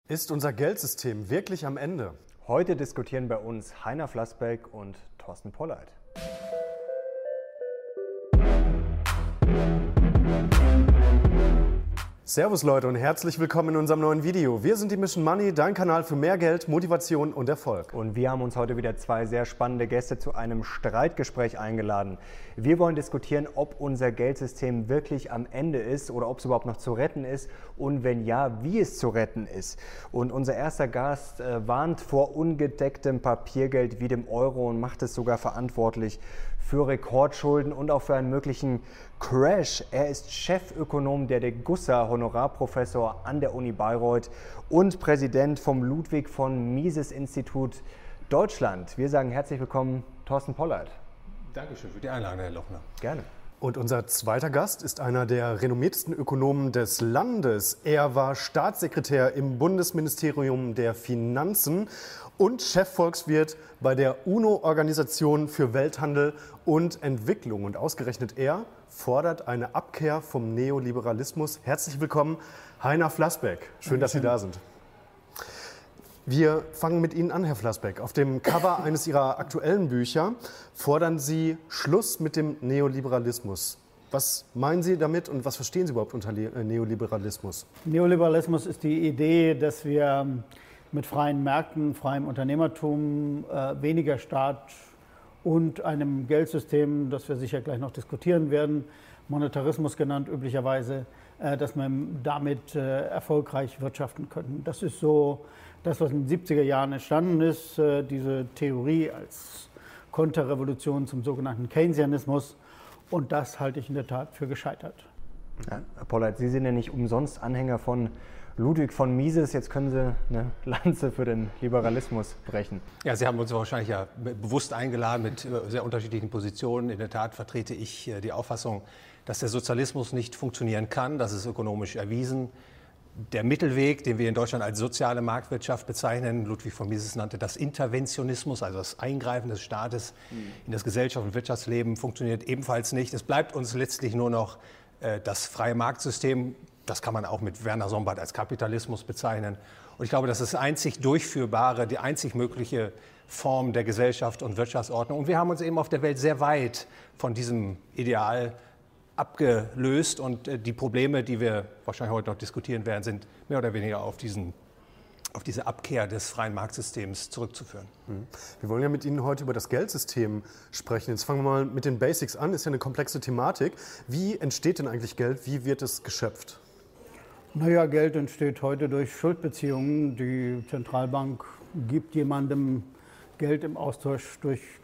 Ist unser Geldsystem wirklich am Ende? Heute diskutieren bei uns Heiner Flassbeck und Thorsten Polleit. Servus Leute und herzlich willkommen in unserem neuen Video. Wir sind die Mission Money, dein Kanal für mehr Geld, Motivation und Erfolg. Und wir haben uns heute wieder zwei sehr spannende Gäste zu einem Streitgespräch eingeladen. Wir wollen diskutieren, ob unser Geldsystem wirklich am Ende ist oder ob es überhaupt noch zu retten ist und wenn ja, wie es zu retten ist. Und unser erster Gast warnt vor ungedecktem Papiergeld wie dem Euro und macht es sogar verantwortlich für Rekordschulden und auch für einen möglichen Crash. Er ist Chefökonom der Degussa, Honorarprofessor an der Uni Bayreuth und Präsident vom Ludwig von Mises Institut Deutschland. Wir sagen herzlich willkommen, Thorsten Polleit. Dankeschön für die Einladung, Herr Lochner. Gerne. Und unser zweiter Gast ist einer der renommiertesten Ökonomen des Landes. Er war Staatssekretär im Bundesministerium der Finanzen und Chefvolkswirt bei der UNO-Organisation für Welthandel und Entwicklung. Und ausgerechnet er fordert eine Abkehr vom Neoliberalismus. Herzlich willkommen, Heiner Flassbeck. Schön, dass Sie da sind. Wir fangen mit Ihnen an, Herr Flassbeck. Auf dem Cover eines Ihrer aktuellen Bücher fordern Sie Schluss mit dem Neoliberalismus. Was meinen Sie damit und was verstehen Sie überhaupt unter Neoliberalismus? Neoliberalismus ist die Idee, dass wir mit freien Märkten, freiem Unternehmertum, weniger Staat und einem Geldsystem, das wir sicher gleich noch diskutieren werden, Monetarismus genannt üblicherweise, dass wir damit erfolgreich wirtschaften können. Das ist so das, was in den 70er Jahren entstanden ist, diese Theorie als Konterrevolution zum sogenannten Keynesianismus. Und das halte ich in der Tat für gescheitert. Ja, Herr Polleit, Sie sind ja nicht umsonst Anhänger von Ludwig von Mises. Jetzt können Sie eine Lanze für den Liberalismus brechen. Ja, Sie haben uns wahrscheinlich ja bewusst eingeladen mit sehr unterschiedlichen Positionen. In der Tat vertrete ich die Auffassung, dass der Sozialismus nicht funktionieren kann. Das ist ökonomisch erwiesen. Der Mittelweg, den wir in Deutschland als soziale Marktwirtschaft bezeichnen, Ludwig von Mises nannte das Interventionismus, also das Eingreifen des Staates in das Gesellschafts- und Wirtschaftsleben, funktioniert ebenfalls nicht. Es bleibt uns letztlich nur noch das freie Marktsystem. Das kann man auch mit Werner Sombart als Kapitalismus bezeichnen. Und ich glaube, das ist einzig durchführbare, die einzig mögliche Form der Gesellschaft und Wirtschaftsordnung. Und wir haben uns eben auf der Welt sehr weit von diesem Ideal abgelöst. Und die Probleme, die wir wahrscheinlich heute noch diskutieren werden, sind mehr oder weniger auf diese Abkehr des freien Marktsystems zurückzuführen. Wir wollen ja mit Ihnen heute über das Geldsystem sprechen. Jetzt fangen wir mal mit den Basics an. Ist ja eine komplexe Thematik. Wie entsteht denn eigentlich Geld? Wie wird es geschöpft? Naja, Geld entsteht heute durch Schuldbeziehungen. Die Zentralbank gibt jemandem Geld im Austausch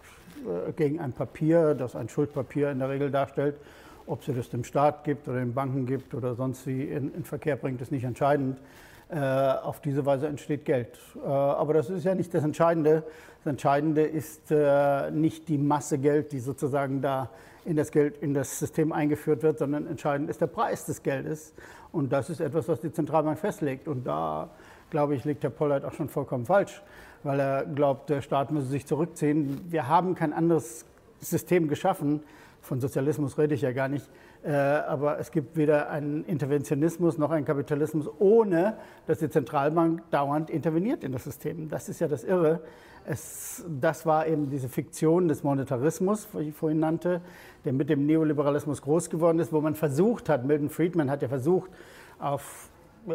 gegen ein Papier, das ein Schuldpapier in der Regel darstellt. Ob sie das dem Staat gibt oder den Banken gibt oder sonst wie in Verkehr bringt, ist nicht entscheidend. Auf diese Weise entsteht Geld. Aber das ist ja nicht das Entscheidende. Das Entscheidende ist nicht die Masse Geld, die sozusagen da in das System eingeführt wird, sondern entscheidend ist der Preis des Geldes. Und das ist etwas, was die Zentralbank festlegt. Und da, glaube ich, liegt Herr Polleit auch schon vollkommen falsch, weil er glaubt, der Staat müsse sich zurückziehen. Wir haben kein anderes System geschaffen. Von Sozialismus rede ich ja gar nicht. Aber es gibt weder einen Interventionismus noch einen Kapitalismus, ohne dass die Zentralbank dauernd interveniert in das System. Das ist ja das Irre. Das war eben diese Fiktion des Monetarismus, wie ich vorhin nannte, der mit dem Neoliberalismus groß geworden ist, wo man versucht hat, Milton Friedman hat ja versucht, auf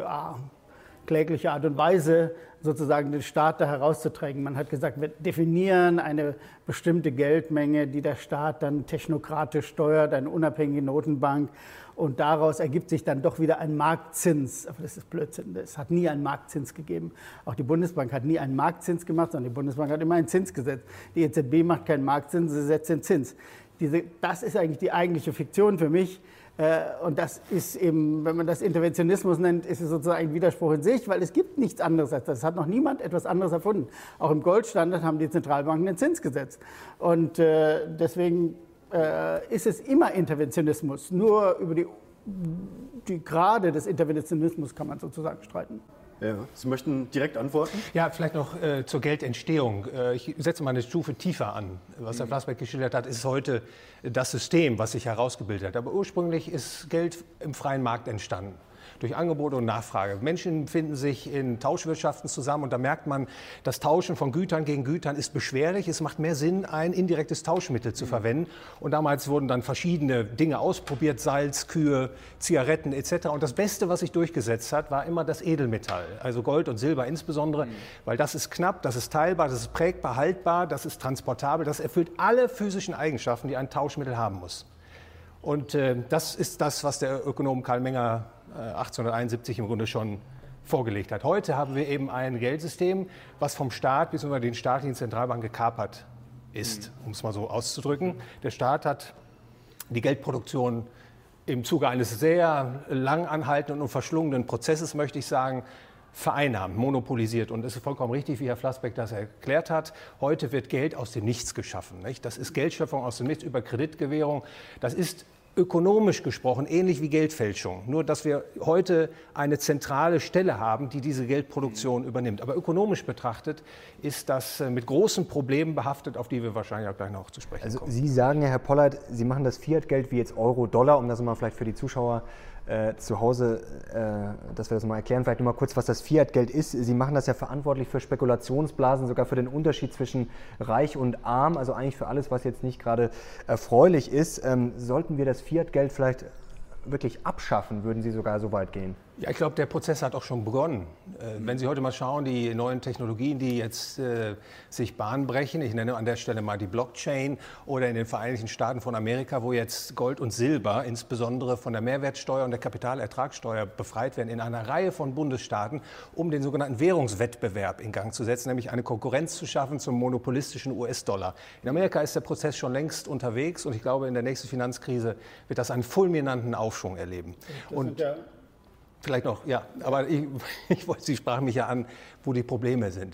klägliche Art und Weise sozusagen den Staat da herauszudrängen. Man hat gesagt, wir definieren eine bestimmte Geldmenge, die der Staat dann technokratisch steuert, eine unabhängige Notenbank. Und daraus ergibt sich dann doch wieder ein Marktzins. Aber das ist Blödsinn. Es hat nie einen Marktzins gegeben. Auch die Bundesbank hat nie einen Marktzins gemacht, sondern die Bundesbank hat immer einen Zins gesetzt. Die EZB macht keinen Marktzins, sie setzt den Zins. Das ist eigentlich die eigentliche Fiktion für mich. Und das ist eben, wenn man das Interventionismus nennt, ist es sozusagen ein Widerspruch in sich, weil es gibt nichts anderes als das. Es hat noch niemand etwas anderes erfunden. Auch im Goldstandard haben die Zentralbanken den Zins gesetzt. Und deswegen ist es immer Interventionismus. Nur über die Grade des Interventionismus kann man sozusagen streiten. Ja, Sie möchten direkt antworten? Ja, vielleicht noch zur Geldentstehung. Ich setze mal eine Stufe tiefer an. Was Herr Flassbeck geschildert hat, ist heute das System, was sich herausgebildet hat. Aber ursprünglich ist Geld im freien Markt entstanden. durch Angebot und Nachfrage. Menschen finden sich in Tauschwirtschaften zusammen und da merkt man, das Tauschen von Gütern gegen Gütern ist beschwerlich. Es macht mehr Sinn, ein indirektes Tauschmittel zu verwenden. Und damals wurden dann verschiedene Dinge ausprobiert, Salz, Kühe, Zigaretten etc. Und das Beste, was sich durchgesetzt hat, war immer das Edelmetall, also Gold und Silber insbesondere, weil das ist knapp, das ist teilbar, das ist prägbar, haltbar, das ist transportabel, das erfüllt alle physischen Eigenschaften, die ein Tauschmittel haben muss. Und das ist das, was der Ökonom Karl Menger 1871 im Grunde schon vorgelegt hat. Heute haben wir eben ein Geldsystem, was vom Staat bzw. den staatlichen Zentralbanken gekapert ist, um es mal so auszudrücken. Der Staat hat die Geldproduktion im Zuge eines sehr lang anhaltenden und verschlungenen Prozesses, möchte ich sagen, vereinnahmt, monopolisiert. Und es ist vollkommen richtig, wie Herr Flassbeck das erklärt hat. Heute wird Geld aus dem Nichts geschaffen. Nicht? Das ist Geldschöpfung aus dem Nichts über Kreditgewährung. Das ist ökonomisch gesprochen ähnlich wie Geldfälschung. Nur, dass wir heute eine zentrale Stelle haben, die diese Geldproduktion übernimmt. Aber ökonomisch betrachtet ist das mit großen Problemen behaftet, auf die wir wahrscheinlich auch gleich noch zu sprechen kommen. Sie sagen ja, Herr Pollard, Sie machen das Fiat-Geld wie jetzt Euro, Dollar, um das mal vielleicht für die Zuschauer zu Hause, dass wir das mal erklären, vielleicht nur mal kurz, was das Fiat-Geld ist. Sie machen das ja verantwortlich für Spekulationsblasen, sogar für den Unterschied zwischen reich und arm, also eigentlich für alles, was jetzt nicht gerade erfreulich ist. Sollten wir das Fiat-Geld vielleicht wirklich abschaffen, würden Sie sogar so weit gehen? Ja, ich glaube, der Prozess hat auch schon begonnen. Wenn Sie heute mal schauen, die neuen Technologien, die jetzt sich Bahn brechen, ich nenne an der Stelle mal die Blockchain oder in den Vereinigten Staaten von Amerika, wo jetzt Gold und Silber insbesondere von der Mehrwertsteuer und der Kapitalertragssteuer befreit werden in einer Reihe von Bundesstaaten, um den sogenannten Währungswettbewerb in Gang zu setzen, nämlich eine Konkurrenz zu schaffen zum monopolistischen US-Dollar. In Amerika ist der Prozess schon längst unterwegs und ich glaube, in der nächsten Finanzkrise wird das einen fulminanten Aufschwung erleben. Und vielleicht noch, ja, aber Sie sprachen mich ja an, wo die Probleme sind.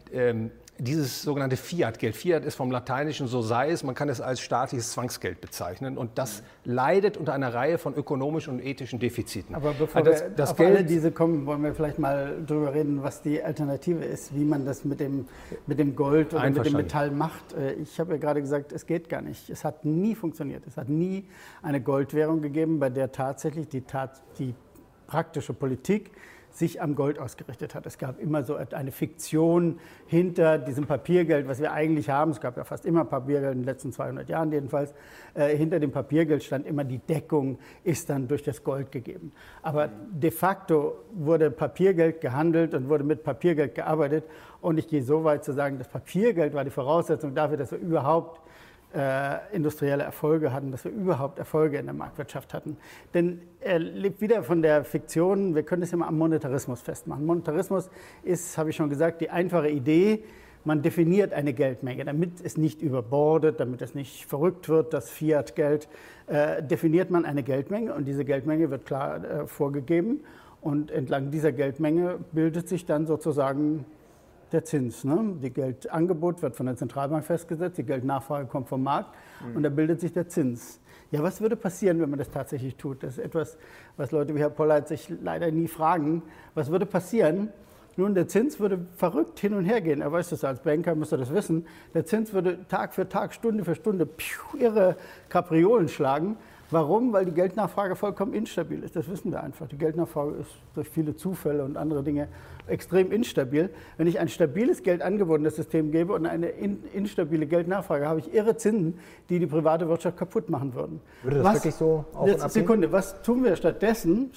Dieses sogenannte Fiat-Geld, Fiat ist vom Lateinischen so sei es, man kann es als staatliches Zwangsgeld bezeichnen und das leidet unter einer Reihe von ökonomischen und ethischen Defiziten. Aber bevor wir auf Geld, alle diese kommen, wollen wir vielleicht mal darüber reden, was die Alternative ist, wie man das mit dem Gold oder mit dem Metall macht. Ich habe ja gerade gesagt, es geht gar nicht. Es hat nie funktioniert. Es hat nie eine Goldwährung gegeben, bei der tatsächlich die praktische Politik sich am Gold ausgerichtet hat. Es gab immer so eine Fiktion hinter diesem Papiergeld, was wir eigentlich haben. Es gab ja fast immer Papiergeld, in den letzten 200 Jahren jedenfalls. Hinter dem Papiergeld stand immer, die Deckung ist dann durch das Gold gegeben. Aber de facto wurde Papiergeld gehandelt und wurde mit Papiergeld gearbeitet. Und ich gehe so weit zu sagen, das Papiergeld war die Voraussetzung dafür, dass wir überhaupt industrielle Erfolge hatten, dass wir überhaupt Erfolge in der Marktwirtschaft hatten. Denn er lebt wieder von der Fiktion, wir können es ja mal am Monetarismus festmachen. Monetarismus ist, habe ich schon gesagt, die einfache Idee, man definiert eine Geldmenge, damit es nicht überbordet, damit es nicht verrückt wird, das Fiat-Geld, definiert man eine Geldmenge und diese Geldmenge wird klar vorgegeben und entlang dieser Geldmenge bildet sich dann sozusagen der Zins. Ne? Die Geldangebot wird von der Zentralbank festgesetzt, die Geldnachfrage kommt vom Markt und da bildet sich der Zins. Ja, was würde passieren, wenn man das tatsächlich tut? Das ist etwas, was Leute wie Herr Pollard sich leider nie fragen. Was würde passieren? Nun, der Zins würde verrückt hin und her gehen. Er weiß das als Banker, muss er das wissen. Der Zins würde Tag für Tag, Stunde für Stunde irre Kapriolen schlagen. Warum? Weil die Geldnachfrage vollkommen instabil ist. Das wissen wir einfach. Die Geldnachfrage ist durch viele Zufälle und andere Dinge extrem instabil. Wenn ich ein stabiles Geldangebot in das System gebe und eine instabile Geldnachfrage, habe ich irre Zinsen, die die private Wirtschaft kaputt machen würden. Würde das wirklich so auf und ab? Sekunde, was tun wir stattdessen?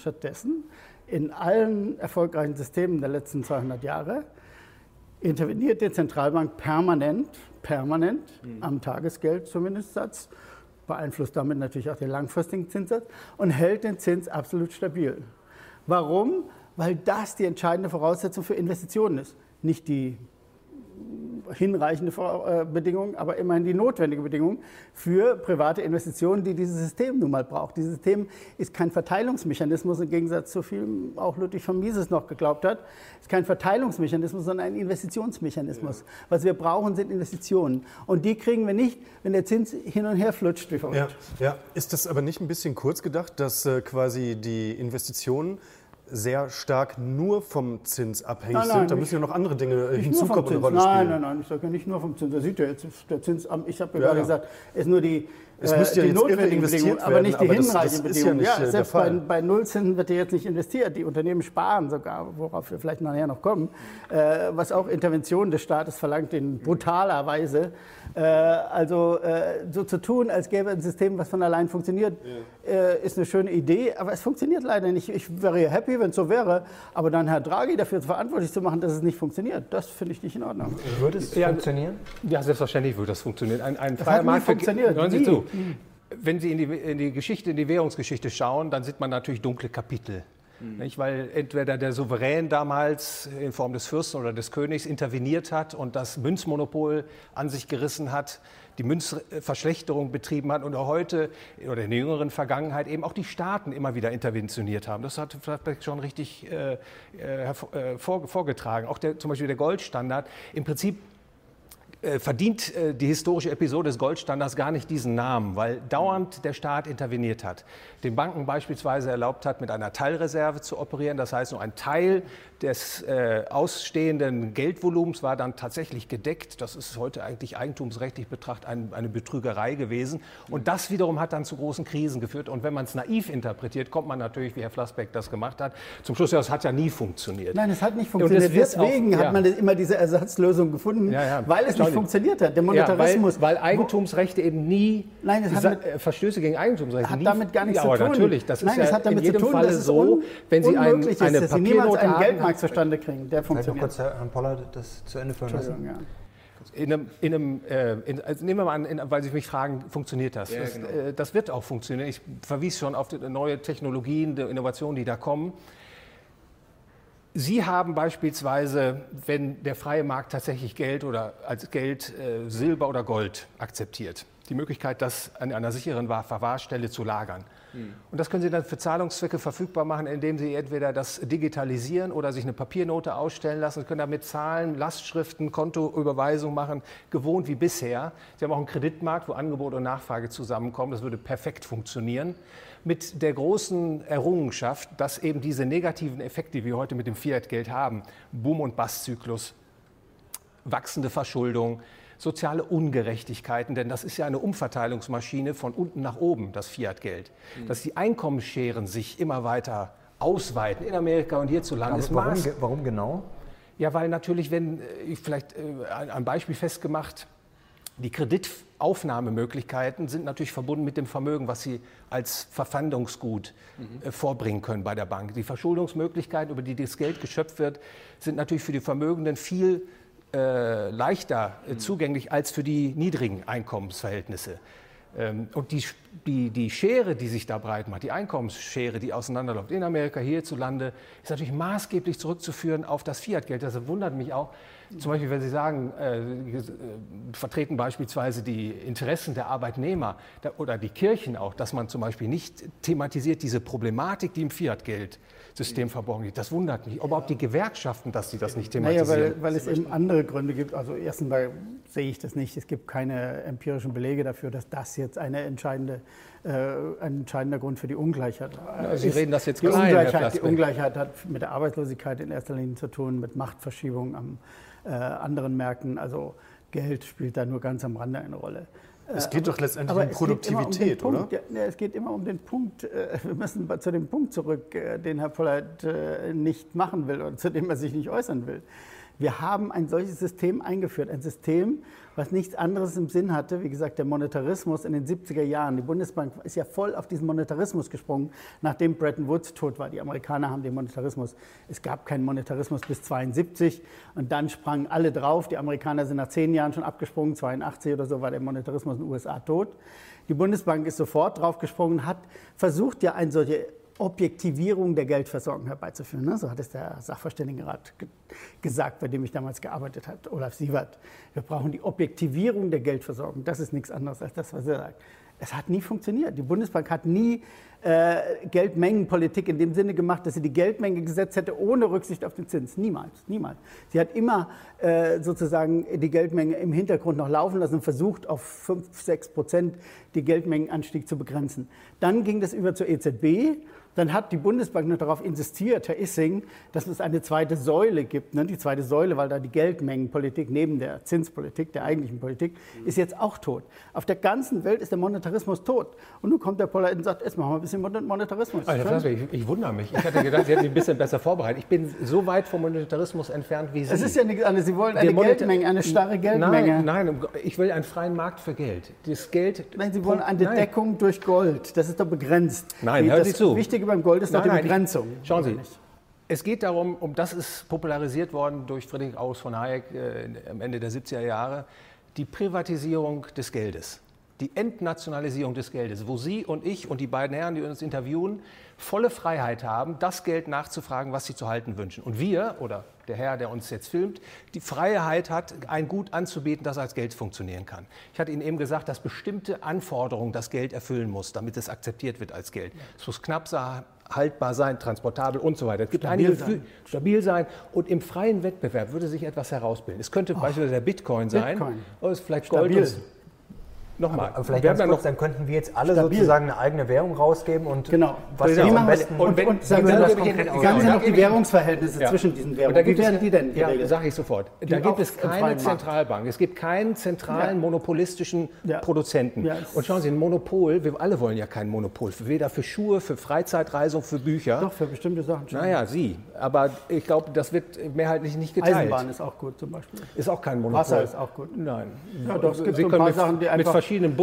In allen erfolgreichen Systemen der letzten 200 Jahre interveniert die Zentralbank permanent am Tagesgeld zumindest Satz, beeinflusst damit natürlich auch den langfristigen Zinssatz und hält den Zins absolut stabil. Warum? Weil das die entscheidende Voraussetzung für Investitionen ist. Nicht die hinreichende Bedingung, aber immerhin die notwendige Bedingung für private Investitionen, die dieses System nun mal braucht. Dieses System ist kein Verteilungsmechanismus, im Gegensatz zu vielem auch Ludwig von Mises noch geglaubt hat. Es ist kein Verteilungsmechanismus, sondern ein Investitionsmechanismus. Ja. Was wir brauchen, sind Investitionen. Und die kriegen wir nicht, wenn der Zins hin und her flutscht wie verrückt. Ja. Ist das aber nicht ein bisschen kurz gedacht, dass quasi die Investitionen sehr stark nur vom Zins abhängig sind? Da müssen ja noch andere Dinge hinzukommen und eine Rolle spielen. Nein, ich sage ja nicht nur vom Zins. Da sieht ja jetzt der Zins, ich habe ja gerade gesagt, ist nur die Es müsste ja die jetzt irre notwendigen investiert Bedingungen, aber werden, nicht die aber das hinreichenden ist ja Bedingungen. nicht Ja, der selbst Fall. bei Nullzinsen wird ja jetzt nicht investiert. Die Unternehmen sparen sogar, worauf wir vielleicht nachher noch kommen, was auch Interventionen des Staates verlangt in brutaler Weise. So zu tun, als gäbe es ein System, was von allein funktioniert, ist eine schöne Idee, aber es funktioniert leider nicht. Ich wäre ja happy, wenn es so wäre, aber dann Herr Draghi dafür verantwortlich zu machen, dass es nicht funktioniert, das finde ich nicht in Ordnung. Würde es funktionieren? Ja, selbstverständlich würde das funktionieren. Ein Das freier hat nie Markt funktioniert. Hören Sie Nie. zu. Wenn Sie in die Geschichte, in die Währungsgeschichte schauen, dann sieht man natürlich dunkle Kapitel. Nicht? Weil entweder der Souverän damals in Form des Fürsten oder des Königs interveniert hat und das Münzmonopol an sich gerissen hat, die Münzverschlechterung betrieben hat und auch heute oder in der jüngeren Vergangenheit eben auch die Staaten immer wieder interventioniert haben. Das hat Flateck schon richtig vorgetragen. Auch zum Beispiel der Goldstandard. Im Prinzip verdient die historische Episode des Goldstandards gar nicht diesen Namen, weil dauernd der Staat interveniert hat. Den Banken beispielsweise erlaubt hat, mit einer Teilreserve zu operieren. Das heißt, nur ein Teil des ausstehenden Geldvolumens war dann tatsächlich gedeckt. Das ist heute eigentlich eigentumsrechtlich betrachtet eine Betrügerei gewesen. Und das wiederum hat dann zu großen Krisen geführt. Und wenn man es naiv interpretiert, kommt man natürlich, wie Herr Flassbeck das gemacht hat, zum Schluss, ja, es hat ja nie funktioniert. Nein, es hat nicht funktioniert. Deswegen hat man immer diese Ersatzlösung gefunden, weil es nicht funktioniert hat. Der Monetarismus. Weil Eigentumsrechte eben nie, Verstöße gegen Eigentumsrechte hat nie. damit gar nichts zu tun. Natürlich, das ist es hat damit in jedem zu tun, Falle dass es so, wenn Sie eine dass Sie niemals einen haben. Geldmarkt zustande kriegen, der Vielleicht noch funktioniert. kurz Herrn Pollard das zu Ende führen lassen. Also nehmen wir mal an, weil Sie mich fragen, funktioniert das? Ja, genau. Das wird auch funktionieren. Ich verwies schon auf die neue Technologien, die Innovationen, die da kommen. Sie haben beispielsweise, wenn der freie Markt tatsächlich Geld oder als Geld Silber oder Gold akzeptiert, die Möglichkeit, das an einer sicheren Verwahrstelle zu lagern. Und das können Sie dann für Zahlungszwecke verfügbar machen, indem Sie entweder das digitalisieren oder sich eine Papiernote ausstellen lassen. Sie können damit Zahlen, Lastschriften, Kontoüberweisungen machen, gewohnt wie bisher. Sie haben auch einen Kreditmarkt, wo Angebot und Nachfrage zusammenkommen. Das würde perfekt funktionieren. Mit der großen Errungenschaft, dass eben diese negativen Effekte, die wir heute mit dem Fiat-Geld haben, Boom- und Bust-Zyklus, wachsende Verschuldung, soziale Ungerechtigkeiten, denn das ist ja eine Umverteilungsmaschine von unten nach oben, das Fiat-Geld. Dass die Einkommensscheren sich immer weiter ausweiten in Amerika und hierzulande. Warum genau? Ja, weil natürlich, wenn, vielleicht ein Beispiel festgemacht, die Kreditaufnahmemöglichkeiten sind natürlich verbunden mit dem Vermögen, was Sie als Verpfandungsgut vorbringen können bei der Bank. Die Verschuldungsmöglichkeiten, über die das Geld geschöpft wird, sind natürlich für die Vermögenden viel leichter zugänglich als für die niedrigen Einkommensverhältnisse. Und die Schere, die sich da breit macht, die Einkommensschere, die auseinanderläuft in Amerika, hierzulande, ist natürlich maßgeblich zurückzuführen auf das Fiat-Geld. Das wundert mich auch. Zum Beispiel, wenn Sie sagen, vertreten beispielsweise die Interessen der Arbeitnehmer oder die Kirchen auch, dass man zum Beispiel nicht thematisiert diese Problematik, die im Fiat-Geld-System verborgen liegt. Das wundert mich. Aber auch die Gewerkschaften, dass sie das nicht thematisieren. Naja, weil es eben andere Gründe gibt. Also erstens mal sehe ich das nicht. Es gibt keine empirischen Belege dafür, dass das jetzt ein entscheidender Grund für die Ungleichheit ist. Sie reden das jetzt klein, die Ungleichheit hat mit der Arbeitslosigkeit in erster Linie zu tun, mit Machtverschiebungen am anderen Märkten. Also Geld spielt da nur ganz am Rande eine Rolle. Es geht doch letztendlich um Produktivität, oder? Es geht immer um den Punkt, wir müssen zu dem Punkt zurück, den Herr Pollard nicht machen will und zu dem er sich nicht äußern will. Wir haben ein solches System eingeführt, ein System, was nichts anderes im Sinn hatte. Wie gesagt, der Monetarismus in den 70er Jahren. Die Bundesbank ist ja voll auf diesen Monetarismus gesprungen, nachdem Bretton Woods tot war. Die Amerikaner haben den Monetarismus. Es gab keinen Monetarismus bis 1972 und dann sprangen alle drauf. Die Amerikaner sind nach 10 Jahren schon abgesprungen, 1982 oder so war der Monetarismus in den USA tot. Die Bundesbank ist sofort draufgesprungen, hat versucht, ja eine solche Objektivierung der Geldversorgung herbeizuführen. So hat es der Sachverständigenrat gesagt, bei dem ich damals gearbeitet habe, Olaf Siewert. Wir brauchen die Objektivierung der Geldversorgung. Das ist nichts anderes als das, was er sagt. Es hat nie funktioniert. Die Bundesbank hat nie Geldmengenpolitik in dem Sinne gemacht, dass sie die Geldmenge gesetzt hätte, ohne Rücksicht auf den Zins. Niemals, niemals. Sie hat immer sozusagen die Geldmenge im Hintergrund noch laufen lassen und versucht, auf 5-6% die Geldmengenanstieg zu begrenzen. Dann ging das über zur EZB Dann hat die Bundesbank noch darauf insistiert, Herr Issing, dass es eine zweite Säule gibt. Die zweite Säule, weil da die Geldmengenpolitik neben der Zinspolitik, der eigentlichen Politik, ist jetzt auch tot. Auf der ganzen Welt ist der Monetarismus tot. Und nun kommt der Polleit und sagt, jetzt machen wir ein bisschen Monetarismus. Ich wundere mich. Ich hatte gedacht, Sie hätten sich ein bisschen besser vorbereitet. Ich bin so weit vom Monetarismus entfernt wie Sie. Es ist ja nichts anderes. Sie wollen eine Geldmenge, eine starre Geldmenge. Nein, ich will einen freien Markt für Geld. Das Geld. Nein, Sie wollen eine Deckung durch Gold. Das ist doch begrenzt. Nein, hören Sie zu. Das Wichtige beim Gold ist doch die Begrenzung. Schauen Sie, es geht darum, das ist popularisiert worden durch Friedrich August von Hayek am Ende der 70er Jahre, die Privatisierung des Geldes, die Entnationalisierung des Geldes, wo Sie und ich und die beiden Herren, die uns interviewen, volle Freiheit haben, das Geld nachzufragen, was sie zu halten wünschen. Und wir, oder der Herr, der uns jetzt filmt, die Freiheit hat, ein Gut anzubieten, das als Geld funktionieren kann. Ich hatte Ihnen eben gesagt, dass bestimmte Anforderungen das Geld erfüllen muss, damit es akzeptiert wird als Geld. Es muss knapp sein, haltbar sein, transportabel und so weiter. Es gibt stabil sein. Und im freien Wettbewerb würde sich etwas herausbilden. Es könnte beispielsweise der Bitcoin sein, oder es ist vielleicht Gold. Nochmal. Aber vielleicht ganz kurz, dann könnten wir jetzt alle sozusagen eine eigene Währung rausgeben und was ja am besten und sagen Sie noch die Währungsverhältnisse zwischen diesen Währungen. Wie werden die denn geregelt? Ja, sage ich sofort. Da gibt es keine Zentralbank. Es gibt keinen zentralen monopolistischen Produzenten. Ja, und schauen Sie, ein Monopol, wir alle wollen ja kein Monopol, weder für Schuhe, für Freizeitreisung, für Bücher. Doch, für bestimmte Sachen schon. Naja, Sie. Aber ich glaube, das wird mehrheitlich nicht geteilt. Eisenbahn ist auch gut zum Beispiel. Ist auch kein Monopol. Wasser ist auch gut. Nein. Ja, doch, es gibt so ein paar Sachen, die einfach verschiedenen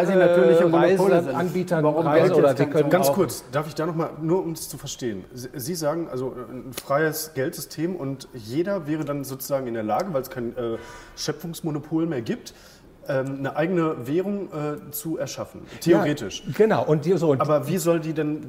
Reiseanbietern oder Sie können ganz kurz, darf ich da nochmal, nur um es zu verstehen. Sie sagen, also ein freies Geldsystem und jeder wäre dann sozusagen in der Lage, weil es kein Schöpfungsmonopol mehr gibt, eine eigene Währung zu erschaffen, theoretisch. Ja, genau. Aber wie soll die denn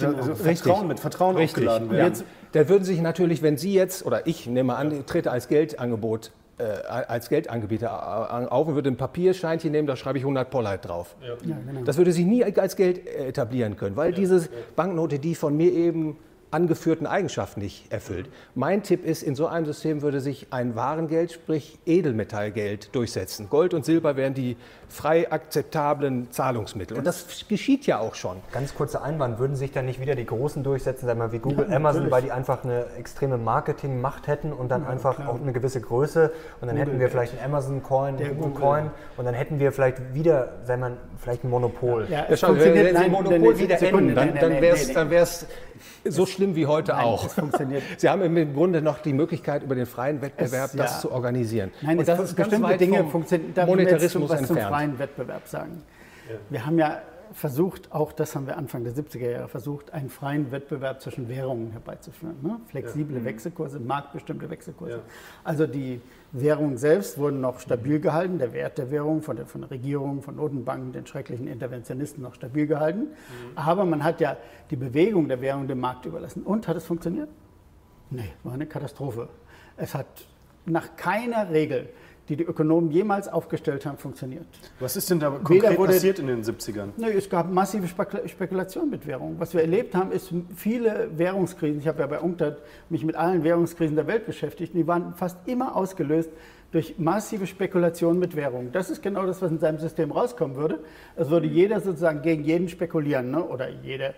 mit Vertrauen aufgeladen werden? Ja. Da würden sich natürlich, wenn Sie jetzt, oder ich nehme an, trete als Geldangebot als Geldanbieter auf und würde ein Papierscheinchen nehmen, da schreibe ich 100 Polleit drauf. Ja. Ja, genau. Das würde sich nie als Geld etablieren können, weil diese Banknote die von mir eben angeführten Eigenschaften nicht erfüllt. Mein Tipp ist, in so einem System würde sich ein Warengeld, sprich Edelmetallgeld, durchsetzen. Gold und Silber wären die frei akzeptablen Zahlungsmittel. Und das geschieht ja auch schon. Ganz kurzer Einwand, würden sich dann nicht wieder die Großen durchsetzen, sagen wir mal wie Google, Amazon, weil die einfach eine extreme Marketingmacht hätten und dann einfach auch eine gewisse Größe und dann hätten wir vielleicht einen Amazon-Coin, einen Google-Coin und dann hätten wir vielleicht wieder, wenn man vielleicht ein Monopol. Ja, wenn Sie ein Monopol wieder enden, dann wäre es so schlimm wie heute auch. Das funktioniert. Sie haben im Grunde noch die Möglichkeit, über den freien Wettbewerb das zu organisieren. Nein, und das ist ganz bestimmte weit Dinge vom funktionieren. Darf Monetarismus ich jetzt was entfernt. zum freien Wettbewerb sagen? Ja. Wir haben ja versucht, auch das haben wir Anfang der 70er Jahre versucht, einen freien Wettbewerb zwischen Währungen herbeizuführen. Ne? Flexible Wechselkurse, marktbestimmte Wechselkurse. Ja. Also die Währungen selbst wurden noch stabil gehalten, der Wert der Währung von der Regierung, von Notenbanken, den schrecklichen Interventionisten noch stabil gehalten. Aber man hat ja die Bewegung der Währung dem Markt überlassen. Und hat es funktioniert? Nee, war eine Katastrophe. Es hat nach keiner Regel, die die Ökonomen jemals aufgestellt haben, funktioniert. Was ist denn da konkret passiert in den 70ern? Nee, es gab massive Spekulation mit Währungen. Was wir erlebt haben, ist viele Währungskrisen. Ich habe ja bei UNCTAD mich mit allen Währungskrisen der Welt beschäftigt. Und die waren fast immer ausgelöst durch massive Spekulation mit Währungen. Das ist genau das, was in seinem System rauskommen würde. Es würde jeder sozusagen gegen jeden spekulieren, ne? Oder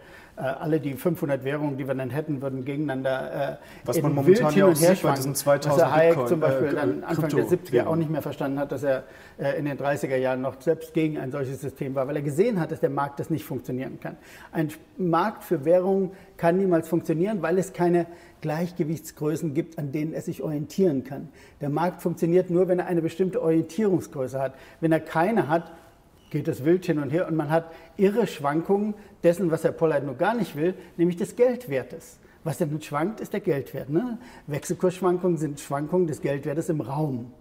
alle die 500 Währungen, die wir dann hätten, würden gegeneinander was man momentan ja auch sieht bei diesen 2000 was Hayek zum Beispiel dann Anfang der 70er auch nicht mehr verstanden hat, dass er in den 30er Jahren noch selbst gegen ein solches System war, weil er gesehen hat, dass der Markt das nicht funktionieren kann. Ein Markt für Währungen kann niemals funktionieren, weil es keine Gleichgewichtsgrößen gibt, an denen er sich orientieren kann. Der Markt funktioniert nur, wenn er eine bestimmte Orientierungsgröße hat. Wenn er keine hat, geht das wild hin und her und man hat irre Schwankungen dessen, was Herr Polleit nur gar nicht will, nämlich des Geldwertes. Was denn schwankt, ist der Geldwert. Ne? Wechselkursschwankungen sind Schwankungen des Geldwertes im Raum.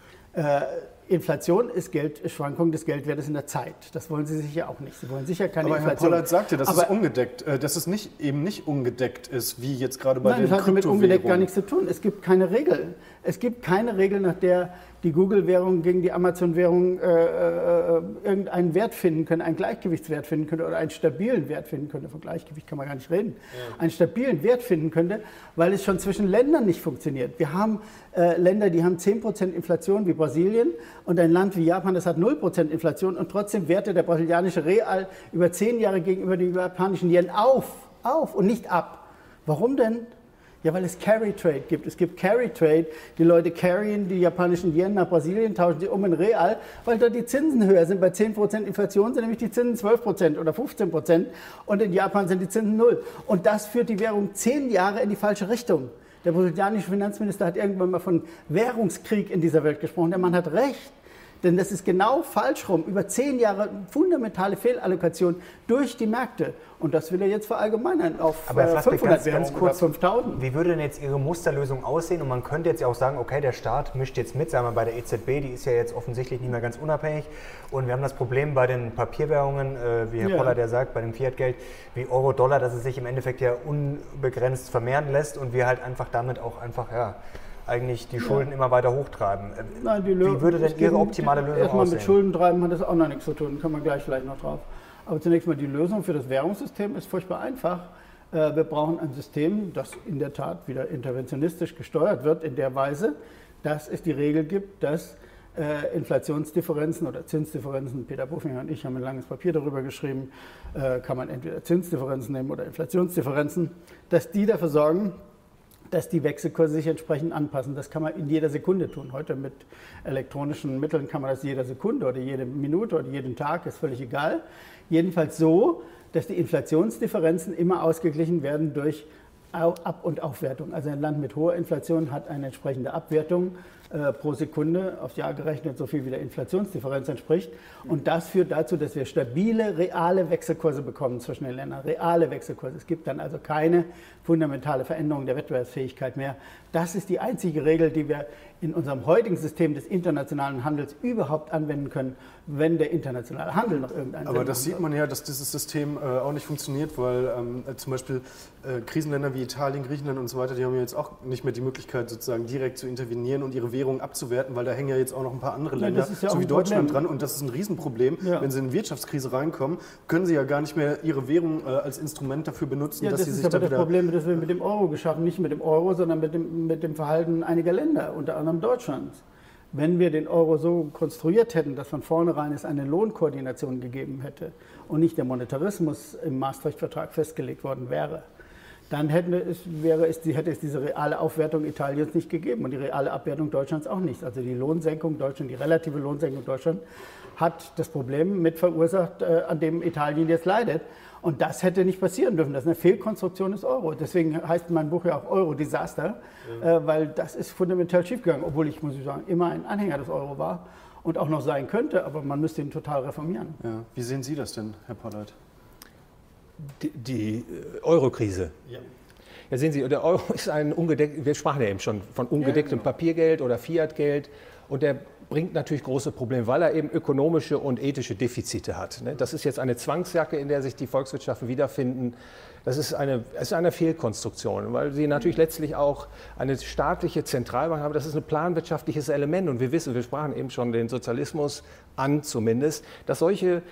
Inflation ist Schwankung des Geldwertes in der Zeit. Das wollen Sie sicher auch nicht. Sie wollen sicher keine Inflation. Aber Herr Polleit sagte, dass es ungedeckt, dass es eben nicht ungedeckt ist, wie jetzt gerade bei den Kryptowährungen. Nein, das hat mit ungedeckt gar nichts zu tun. Es gibt keine Regel. Es gibt keine Regel, nach der die Google-Währung gegen die Amazon-Währung irgendeinen Wert finden können, einen Gleichgewichtswert finden könnte oder einen stabilen Wert finden könnte. Von Gleichgewicht kann man gar nicht reden. Ja. Einen stabilen Wert finden könnte, weil es schon zwischen Ländern nicht funktioniert. Wir haben Länder, die haben 10% Inflation wie Brasilien und ein Land wie Japan, das hat 0% Inflation und trotzdem wertet der brasilianische Real über 10 Jahre gegenüber dem japanischen Yen auf. auf und nicht ab. Warum denn? Ja, weil es Carry Trade gibt. Es gibt Carry Trade. Die Leute carryen die japanischen Yen nach Brasilien, tauschen sie um in Real, weil dort die Zinsen höher sind. Bei 10% Inflation sind nämlich die Zinsen 12% oder 15% und in Japan sind die Zinsen 0. Und das führt die Währung 10 Jahre in die falsche Richtung. Der brasilianische Finanzminister hat irgendwann mal von Währungskrieg in dieser Welt gesprochen. Der Mann hat recht. Denn das ist genau falsch rum. Über 10 Jahre fundamentale Fehlallokation durch die Märkte. Und das will er jetzt verallgemeinern auf 500 Währungen, kurz 5000. Wie würde denn jetzt Ihre Musterlösung aussehen? Und man könnte jetzt ja auch sagen, okay, der Staat mischt jetzt mit, sagen wir bei der EZB, die ist ja jetzt offensichtlich nicht mehr ganz unabhängig. Und wir haben das Problem bei den Papierwährungen, wie Herr Pollert ja sagt, bei dem Fiat-Geld, wie Euro, Dollar, dass es sich im Endeffekt ja unbegrenzt vermehren lässt und wir halt einfach damit auch einfach, eigentlich die Schulden immer weiter hochtreiben. Nein, wie würde denn Ihre optimale Lösung erstmal aussehen? Mit Schulden treiben hat das auch noch nichts zu tun, kann man gleich vielleicht noch drauf. Aber zunächst mal die Lösung für das Währungssystem ist furchtbar einfach. Wir brauchen ein System, das in der Tat wieder interventionistisch gesteuert wird, in der Weise, dass es die Regel gibt, dass Inflationsdifferenzen oder Zinsdifferenzen, Peter Buffinger und ich haben ein langes Papier darüber geschrieben, kann man entweder Zinsdifferenzen nehmen oder Inflationsdifferenzen, dass die dafür sorgen, dass die Wechselkurse sich entsprechend anpassen. Das kann man in jeder Sekunde tun. Heute mit elektronischen Mitteln kann man das jede Sekunde oder jede Minute oder jeden Tag, ist völlig egal. Jedenfalls so, dass die Inflationsdifferenzen immer ausgeglichen werden durch Ab- und Aufwertung. Also ein Land mit hoher Inflation hat eine entsprechende Abwertung pro Sekunde, aufs Jahr gerechnet so viel wie der Inflationsdifferenz entspricht. Und das führt dazu, dass wir stabile, reale Wechselkurse bekommen zwischen den Ländern. Reale Wechselkurse. Es gibt dann also keine fundamentale Veränderung der Wettbewerbsfähigkeit mehr. Das ist die einzige Regel, die wir in unserem heutigen System des internationalen Handels überhaupt anwenden können, wenn der internationale Handel noch irgendeinen Aber das sieht man ja, dass dieses System auch nicht funktioniert, weil zum Beispiel Krisenländer wie Italien, Griechenland und so weiter, die haben ja jetzt auch nicht mehr die Möglichkeit, sozusagen direkt zu intervenieren und ihre Währung abzuwerten, weil da hängen ja jetzt auch noch ein paar andere Länder, so wie Deutschland dran. Und das ist ein Riesenproblem. Ja. Wenn sie in eine Wirtschaftskrise reinkommen, können sie ja gar nicht mehr ihre Währung als Instrument dafür benutzen, dass sie sich da wieder... Das ist aber das Problem, das wir mit dem Euro geschaffen, nicht mit dem Euro, sondern mit dem Verhalten einiger Länder, unter anderem Deutschlands. Wenn wir den Euro so konstruiert hätten, dass von vornherein es eine Lohnkoordination gegeben hätte und nicht der Monetarismus im Maastricht-Vertrag festgelegt worden wäre, dann hätte es diese reale Aufwertung Italiens nicht gegeben und die reale Abwertung Deutschlands auch nicht. Also die Lohnsenkung Deutschlands, die relative Lohnsenkung Deutschlands hat das Problem mit verursacht, an dem Italien jetzt leidet. Und das hätte nicht passieren dürfen. Das ist eine Fehlkonstruktion des Euro. Deswegen heißt mein Buch ja auch Euro-Desaster, weil das ist fundamental schiefgegangen. Obwohl ich, muss ich sagen, immer ein Anhänger des Euro war und auch noch sein könnte, aber man müsste ihn total reformieren. Ja. Wie sehen Sie das denn, Herr Pollert? Die Euro-Krise. Ja, sehen Sie, der Euro ist ein ungedecktes, wir sprachen ja eben schon von ungedecktem Papiergeld oder Fiat-Geld und der bringt natürlich große Probleme, weil er eben ökonomische und ethische Defizite hat. Das ist jetzt eine Zwangsjacke, in der sich die Volkswirtschaften wiederfinden. Das ist eine Fehlkonstruktion, weil sie natürlich letztlich auch eine staatliche Zentralbank haben. Das ist ein planwirtschaftliches Element und wir wissen, wir sprachen eben schon den Sozialismus an zumindest, dass solche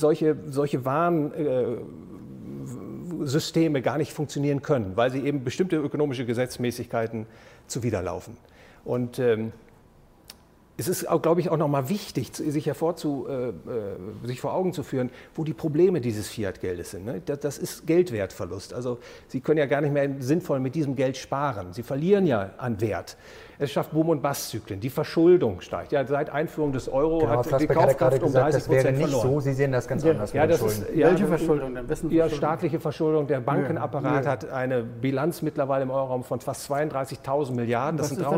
Warnsysteme gar nicht funktionieren können, weil sie eben bestimmte ökonomische Gesetzmäßigkeiten zuwiderlaufen. Und es ist, glaube ich, auch nochmal wichtig, sich vor Augen zu führen, wo die Probleme dieses Fiat-Geldes sind. Das ist Geldwertverlust. Also Sie können ja gar nicht mehr sinnvoll mit diesem Geld sparen. Sie verlieren ja an Wert. Es schafft Boom- und Basszyklen. Die Verschuldung steigt. Ja, seit Einführung des Euro hat die Kaufkraft um 30% verloren. Das wäre nicht so. Sie sehen das ganz anders. Ja, welche Verschuldung denn? Ja, staatliche Verschuldung. Der Bankenapparat hat eine Bilanz mittlerweile im Euroraum von fast 32.000 Milliarden. Das sind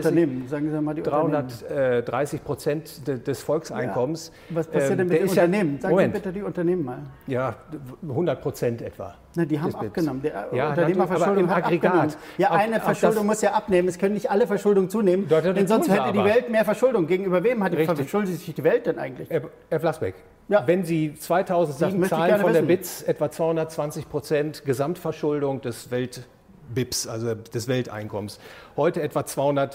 330% des Volkseinkommens. Ja. Was passiert denn mit den Unternehmen? Sagen Sie bitte die Unternehmen mal. Ja, 100% etwa. Na, die haben abgenommen. Ja, Unternehmerverschuldung hat abgenommen. Ja, eine Verschuldung muss ja abnehmen. Es können nicht alle Verschuldung zunehmen, denn sonst hätte die Welt mehr Verschuldung. Gegenüber wem verschuldet sich die Welt denn eigentlich? Herr Vlasbeck, wenn Sie 2007 zahlen von der BITS etwa 220% Gesamtverschuldung des BIPs, also des Welteinkommens. Heute etwa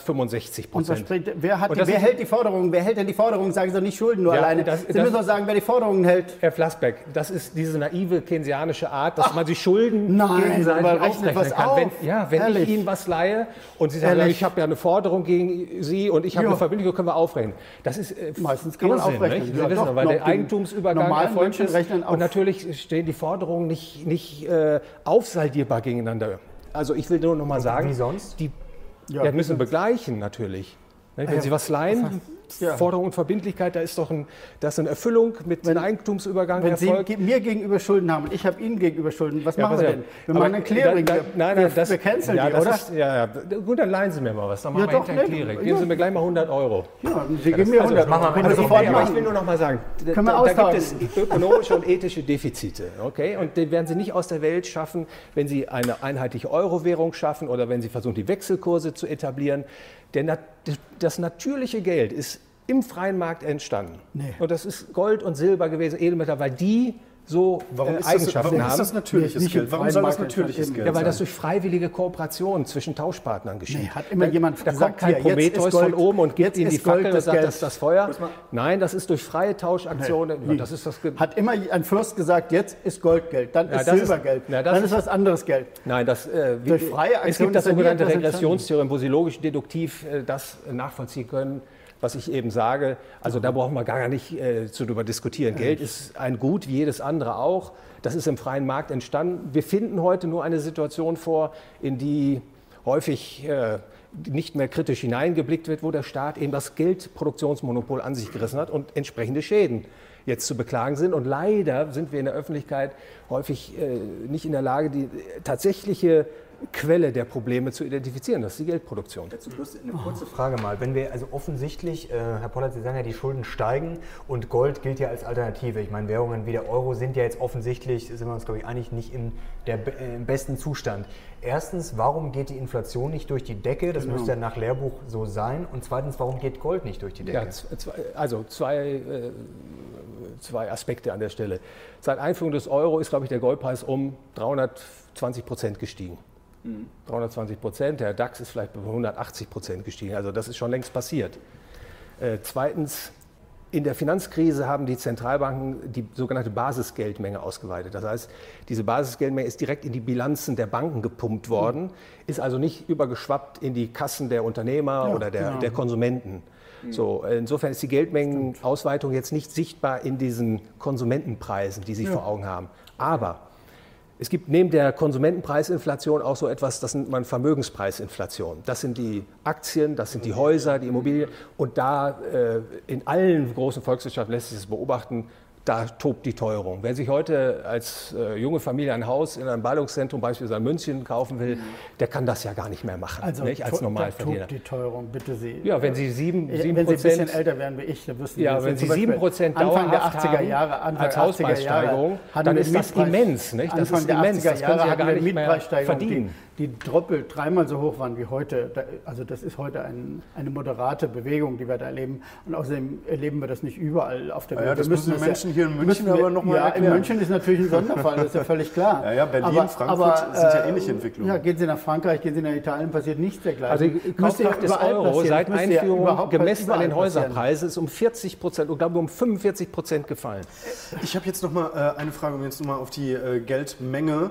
265%. Wer hält die Forderungen? Wer hält denn die Forderungen? Sagen Sie doch nicht Schulden nur alleine. Sie müssen doch sagen, wer die Forderungen hält. Herr Flassbeck, das ist diese naive keynesianische Art, dass man sich Schulden gegenseitig aufrechnen kann. Wenn ich Ihnen was leihe und Sie sagen, ich habe ja eine Forderung gegen Sie und ich habe eine Verbindlichung, können wir aufrechnen. Das ist meistens kann man aufrechnen. Sie wissen, weil der Eigentumsübergang erfolgt ist und natürlich stehen die Forderungen nicht aufsaldierbar gegeneinander. Also ich will nur noch mal sagen, wie sonst? Die müssen begleichen natürlich. Wenn Sie was leihen, Forderung und Verbindlichkeit, da ist eine Erfüllung mit einem Eigentumsübergang erfolgt. Wenn Sie mir gegenüber Schulden haben und ich habe Ihnen gegenüber Schulden, was machen wir denn? Wir machen ein Clearing. Wir canceln die, oder? Gut, dann leihen Sie mir mal was. Dann machen wir hinterher ein Clearing. Geben Sie mir gleich mal 100 €. Ja, Sie geben mir 100. Ich will nur noch mal sagen, da gibt es ökonomische und ethische Defizite. Okay? Und die werden Sie nicht aus der Welt schaffen, wenn Sie eine einheitliche Euro-Währung schaffen oder wenn Sie versuchen, die Wechselkurse zu etablieren. Denn das natürliche Geld ist im freien Markt entstanden. Nee. Und das ist Gold und Silber gewesen, Edelmetalle, weil die so Eigenschaften haben. Warum ist das natürliches Geld? Warum soll das natürliches Geld sein? Ja, weil das durch freiwillige Kooperation zwischen Tauschpartnern geschieht. Nee, hat immer jemand da kommt kein Prometheus von oben und gibt Ihnen die Fackel und sagt, das ist das Feuer. Nein, das ist durch freie Tauschaktionen. Nee. Hat immer ein Fürst gesagt, jetzt ist Goldgeld, dann ist Silbergeld, dann ist was anderes Geld. Nein, durch freie Aktionen es gibt das sogenannte Regressionstheorem, wo Sie logisch deduktiv das nachvollziehen können, was ich eben sage. Also da brauchen wir gar nicht darüber diskutieren. Geld ist ein Gut, wie jedes andere auch. Das ist im freien Markt entstanden. Wir finden heute nur eine Situation vor, in die häufig nicht mehr kritisch hineingeblickt wird, wo der Staat eben das Geldproduktionsmonopol an sich gerissen hat und entsprechende Schäden jetzt zu beklagen sind. Und leider sind wir in der Öffentlichkeit häufig nicht in der Lage, die tatsächliche Quelle der Probleme zu identifizieren, das ist die Geldproduktion. Dazu bloß eine kurze Frage mal. Wenn wir also offensichtlich, Herr Pollert, Sie sagen ja, die Schulden steigen und Gold gilt ja als Alternative. Ich meine, Währungen wie der Euro sind ja jetzt offensichtlich, sind wir uns glaube ich einig, nicht im besten Zustand. Erstens, warum geht die Inflation nicht durch die Decke? Das müsste ja nach Lehrbuch so sein. Und zweitens, warum geht Gold nicht durch die Decke? Ja, zwei Aspekte an der Stelle. Seit Einführung des Euro ist, glaube ich, der Goldpreis um 320% gestiegen. 320%, der DAX ist vielleicht bei 180% gestiegen, also das ist schon längst passiert. Zweitens, in der Finanzkrise haben die Zentralbanken die sogenannte Basisgeldmenge ausgeweitet. Das heißt, diese Basisgeldmenge ist direkt in die Bilanzen der Banken gepumpt worden, ist also nicht übergeschwappt in die Kassen der Unternehmer oder der Konsumenten. So, insofern ist die Geldmengenausweitung jetzt nicht sichtbar in diesen Konsumentenpreisen, die Sie vor Augen haben. Aber es gibt neben der Konsumentenpreisinflation auch so etwas, das nennt man Vermögenspreisinflation. Das sind die Aktien, das sind die Häuser, die Immobilien. Und da in allen großen Volkswirtschaften lässt sich das beobachten, da tobt die Teuerung. Wer sich heute als junge Familie ein Haus in einem Ballungszentrum, beispielsweise in München, kaufen will, der kann das ja gar nicht mehr machen, also nicht, als Normalverdiener. Tobt die Teuerung, bitte Sie. Ja, wenn Sie 7%... Wenn Sie ein bisschen älter wären wie ich, dann wüssten Sie... Ja, wenn Sie 7% dauerhaft haben als Hauspreissteigerung, dann ist das immens. Nicht? Das ist immens, das können Sie ja gar nicht mehr verdienen. Die doppelt, dreimal so hoch waren wie heute. Also das ist heute eine moderate Bewegung, die wir da erleben. Und außerdem erleben wir das nicht überall auf der Welt. Ja, das müssen die Menschen hier in München aber nochmal erklären. In München ist natürlich ein Sonderfall, das ist ja völlig klar. Ja, Berlin, Frankfurt sind ja ähnliche Entwicklungen. Ja, gehen Sie nach Frankreich, gehen Sie nach Italien, passiert nichts dergleichen. Also die Kaufkraft des Euro seit Einführung gemessen an den Häuserpreisen ist um 40%, und glaube um 45% gefallen. Ich habe jetzt nochmal eine Frage, um jetzt nochmal auf die Geldmenge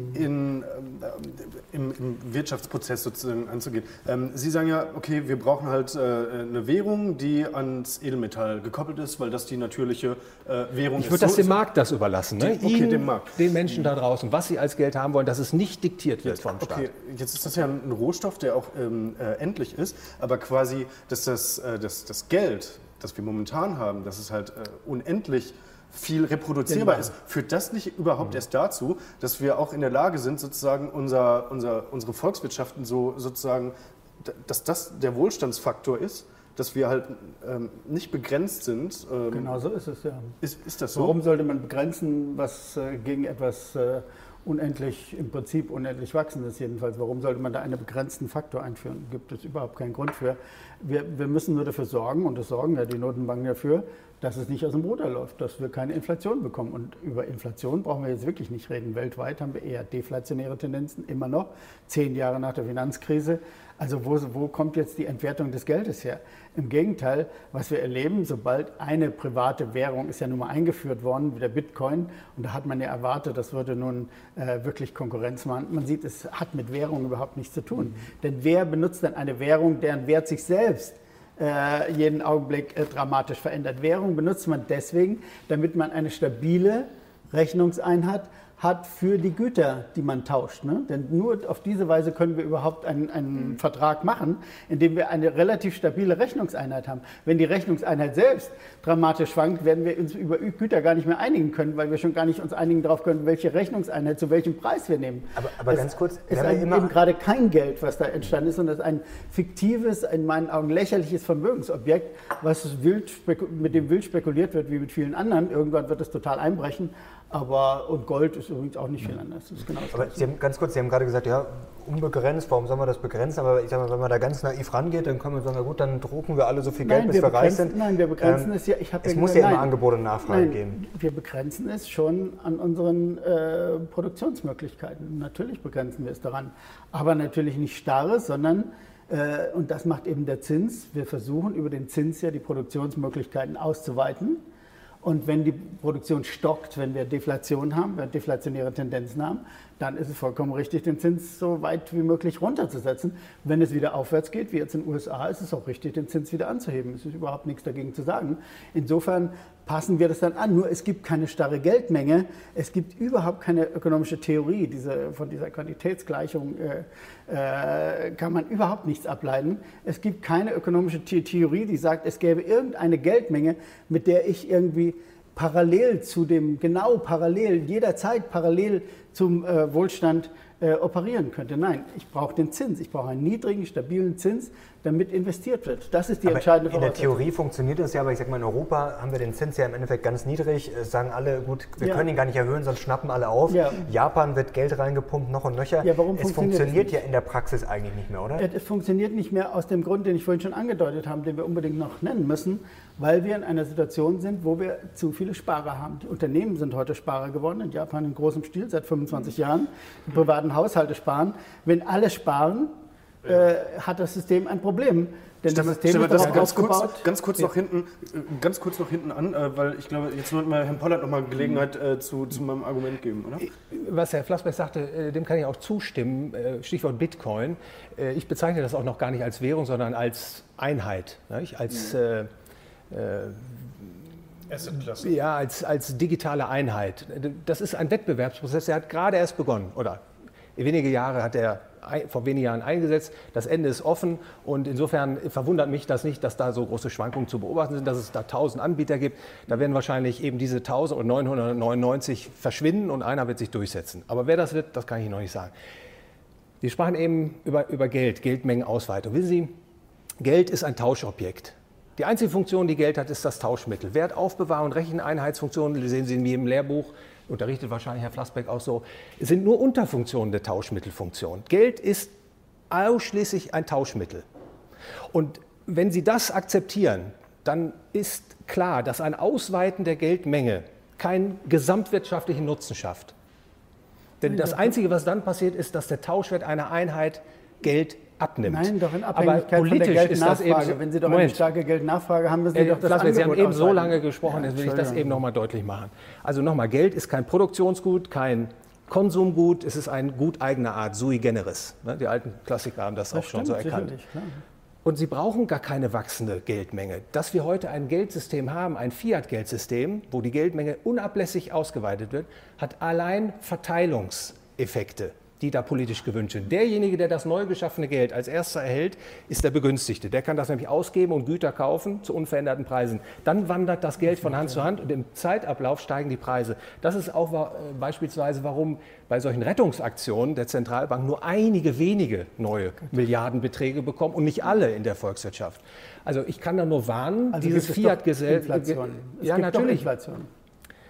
im Wirtschaftsprozess sozusagen anzugehen. Sie sagen ja, okay, wir brauchen halt eine Währung, die ans Edelmetall gekoppelt ist, weil das die natürliche Währung ist. Ich würde das dem Markt überlassen. Ne? Dem Markt. Den Menschen da draußen, was sie als Geld haben wollen, dass es nicht diktiert wird vom Staat. Okay, jetzt ist das ja ein Rohstoff, der auch endlich ist, aber quasi, dass das Geld, das wir momentan haben, dass es halt unendlich viel reproduzierbar ist, führt das nicht überhaupt erst dazu, dass wir auch in der Lage sind, sozusagen unsere Volkswirtschaften so sozusagen, dass das der Wohlstandsfaktor ist, dass wir halt nicht begrenzt sind? Genau so ist es, ja. Ist das so? Warum sollte man begrenzen, was gegen etwas im Prinzip unendlich wachsendes jedenfalls? Warum sollte man da einen begrenzten Faktor einführen? Gibt es überhaupt keinen Grund für. Wir müssen nur dafür sorgen, und das sorgen ja die Notenbanken dafür, dass es nicht aus dem Ruder läuft, dass wir keine Inflation bekommen. Und über Inflation brauchen wir jetzt wirklich nicht reden. Weltweit haben wir eher deflationäre Tendenzen, immer noch, 10 Jahre nach der Finanzkrise. Also wo kommt jetzt die Entwertung des Geldes her? Im Gegenteil, was wir erleben, sobald eine private Währung ist ja nun mal eingeführt worden, wie der Bitcoin, und da hat man ja erwartet, das würde nun wirklich Konkurrenz machen. Man sieht, es hat mit Währung überhaupt nichts zu tun. Denn wer benutzt dann eine Währung, deren Wert sich selbst jeden Augenblick dramatisch verändert? Währung benutzt man deswegen, damit man eine stabile Rechnungseinheit hat für die Güter, die man tauscht. Ne? Denn nur auf diese Weise können wir überhaupt einen Vertrag machen, indem wir eine relativ stabile Rechnungseinheit haben. Wenn die Rechnungseinheit selbst dramatisch schwankt, werden wir uns über Güter gar nicht mehr einigen können, weil wir schon gar nicht uns einigen darauf können, welche Rechnungseinheit zu welchem Preis wir nehmen. Aber ganz kurz, es ist eben gerade kein Geld, was da entstanden ist, sondern es ist ein fiktives, in meinen Augen lächerliches Vermögensobjekt, mit dem wild spekuliert wird, wie mit vielen anderen. Irgendwann wird es total einbrechen. Und Gold ist übrigens auch nicht viel anders. Das ist genau das aber Sie haben, ganz kurz, Sie haben gerade gesagt, ja, unbegrenzt, warum soll man das begrenzen? Aber ich sage mal, wenn man da ganz naiv rangeht, dann können wir sagen, na gut, dann drucken wir alle so viel Geld, bis wir reich sind. Nein, wir begrenzen es ja. Es muss ja immer Angebot und Nachfrage geben. Wir begrenzen es schon an unseren Produktionsmöglichkeiten. Natürlich begrenzen wir es daran. Aber natürlich nicht starres, sondern, und das macht eben der Zins, wir versuchen über den Zins ja die Produktionsmöglichkeiten auszuweiten. Und wenn die Produktion stockt, wenn wir Deflation haben, wenn wir deflationäre Tendenzen haben, dann ist es vollkommen richtig, den Zins so weit wie möglich runterzusetzen. Wenn es wieder aufwärts geht, wie jetzt in den USA, ist es auch richtig, den Zins wieder anzuheben. Es ist überhaupt nichts dagegen zu sagen. Insofern passen wir das dann an. Nur es gibt keine starre Geldmenge. Es gibt überhaupt keine ökonomische Theorie. Von dieser Quantitätsgleichung kann man überhaupt nichts ableiten. Es gibt keine ökonomische Theorie, die sagt, es gäbe irgendeine Geldmenge, mit der ich irgendwie jederzeit parallel zum Wohlstand operieren könnte. Nein, ich brauche den Zins. Ich brauche einen niedrigen, stabilen Zins, damit investiert wird. Das ist die entscheidende Voraussetzung. In der Theorie funktioniert das ja, aber ich sage mal, in Europa haben wir den Zins ja im Endeffekt ganz niedrig. Sagen alle, gut, wir können ihn gar nicht erhöhen, sonst schnappen alle auf. Ja. Japan wird Geld reingepumpt, noch und nöcher. Ja, warum es funktioniert ja in der Praxis eigentlich nicht mehr, oder? Es funktioniert nicht mehr aus dem Grund, den ich vorhin schon angedeutet habe, den wir unbedingt noch nennen müssen, weil wir in einer Situation sind, wo wir zu viele Sparer haben. Die Unternehmen sind heute Sparer geworden, in Japan in großem Stil, seit 25 Jahren. Die privaten Haushalte sparen. Wenn alle sparen, hat das System ein Problem. Denn das System ist darauf aufgebaut. Ganz kurz noch hinten an, weil ich glaube, jetzt wird mal Herrn Pollert noch mal Gelegenheit zu meinem Argument geben, oder? Was Herr Flassbeck sagte, dem kann ich auch zustimmen. Stichwort Bitcoin. Ich bezeichne das auch noch gar nicht als Währung, sondern als Einheit. Nicht? Als Assetklasse. Ja, als digitale Einheit. Das ist ein Wettbewerbsprozess, der hat gerade erst begonnen. Oder wenige Jahre hat er vor wenigen Jahren eingesetzt. Das Ende ist offen und insofern verwundert mich das nicht, dass da so große Schwankungen zu beobachten sind, dass es da 1000 Anbieter gibt. Da werden wahrscheinlich eben diese 1000 oder 999 verschwinden und einer wird sich durchsetzen. Aber wer das wird, das kann ich noch nicht sagen. Sie sprachen eben über Geld, Geldmengenausweitung. Wissen Sie, Geld ist ein Tauschobjekt. Die einzige Funktion, die Geld hat, ist das Tauschmittel. Wertaufbewahrung und Recheneinheitsfunktionen, die sehen Sie in jedem Lehrbuch, unterrichtet wahrscheinlich Herr Flassbeck auch so, sind nur Unterfunktionen der Tauschmittelfunktion. Geld ist ausschließlich ein Tauschmittel. Und wenn Sie das akzeptieren, dann ist klar, dass ein Ausweiten der Geldmenge keinen gesamtwirtschaftlichen Nutzen schafft. Denn das Einzige, was dann passiert, ist, dass der Tauschwert einer Einheit Geld abnimmt. Nein, doch in Abhängigkeit von der Geldnachfrage. Wenn Sie doch eine starke Geldnachfrage haben, müssen Sie doch das Angebot Sie haben eben so lange gesprochen, jetzt will ich das eben noch mal deutlich machen. Also nochmal, Geld ist kein Produktionsgut, kein Konsumgut, es ist ein Gut eigener Art, sui generis. Die alten Klassiker haben das auch schon so erkannt. Und Sie brauchen gar keine wachsende Geldmenge. Dass wir heute ein Geldsystem haben, ein Fiat-Geldsystem, wo die Geldmenge unablässig ausgeweitet wird, hat allein Verteilungseffekte, die da politisch gewünscht sind. Derjenige, der das neu geschaffene Geld als erster erhält, ist der Begünstigte. Der kann das nämlich ausgeben und Güter kaufen zu unveränderten Preisen. Dann wandert das Geld von Hand zu Hand und im Zeitablauf steigen die Preise. Das ist auch beispielsweise, warum bei solchen Rettungsaktionen der Zentralbank nur einige wenige neue Milliardenbeträge bekommen und nicht alle in der Volkswirtschaft. Also ich kann da nur warnen, also dieses Fiat-Gesellschaft. Ja, natürlich. Inflation.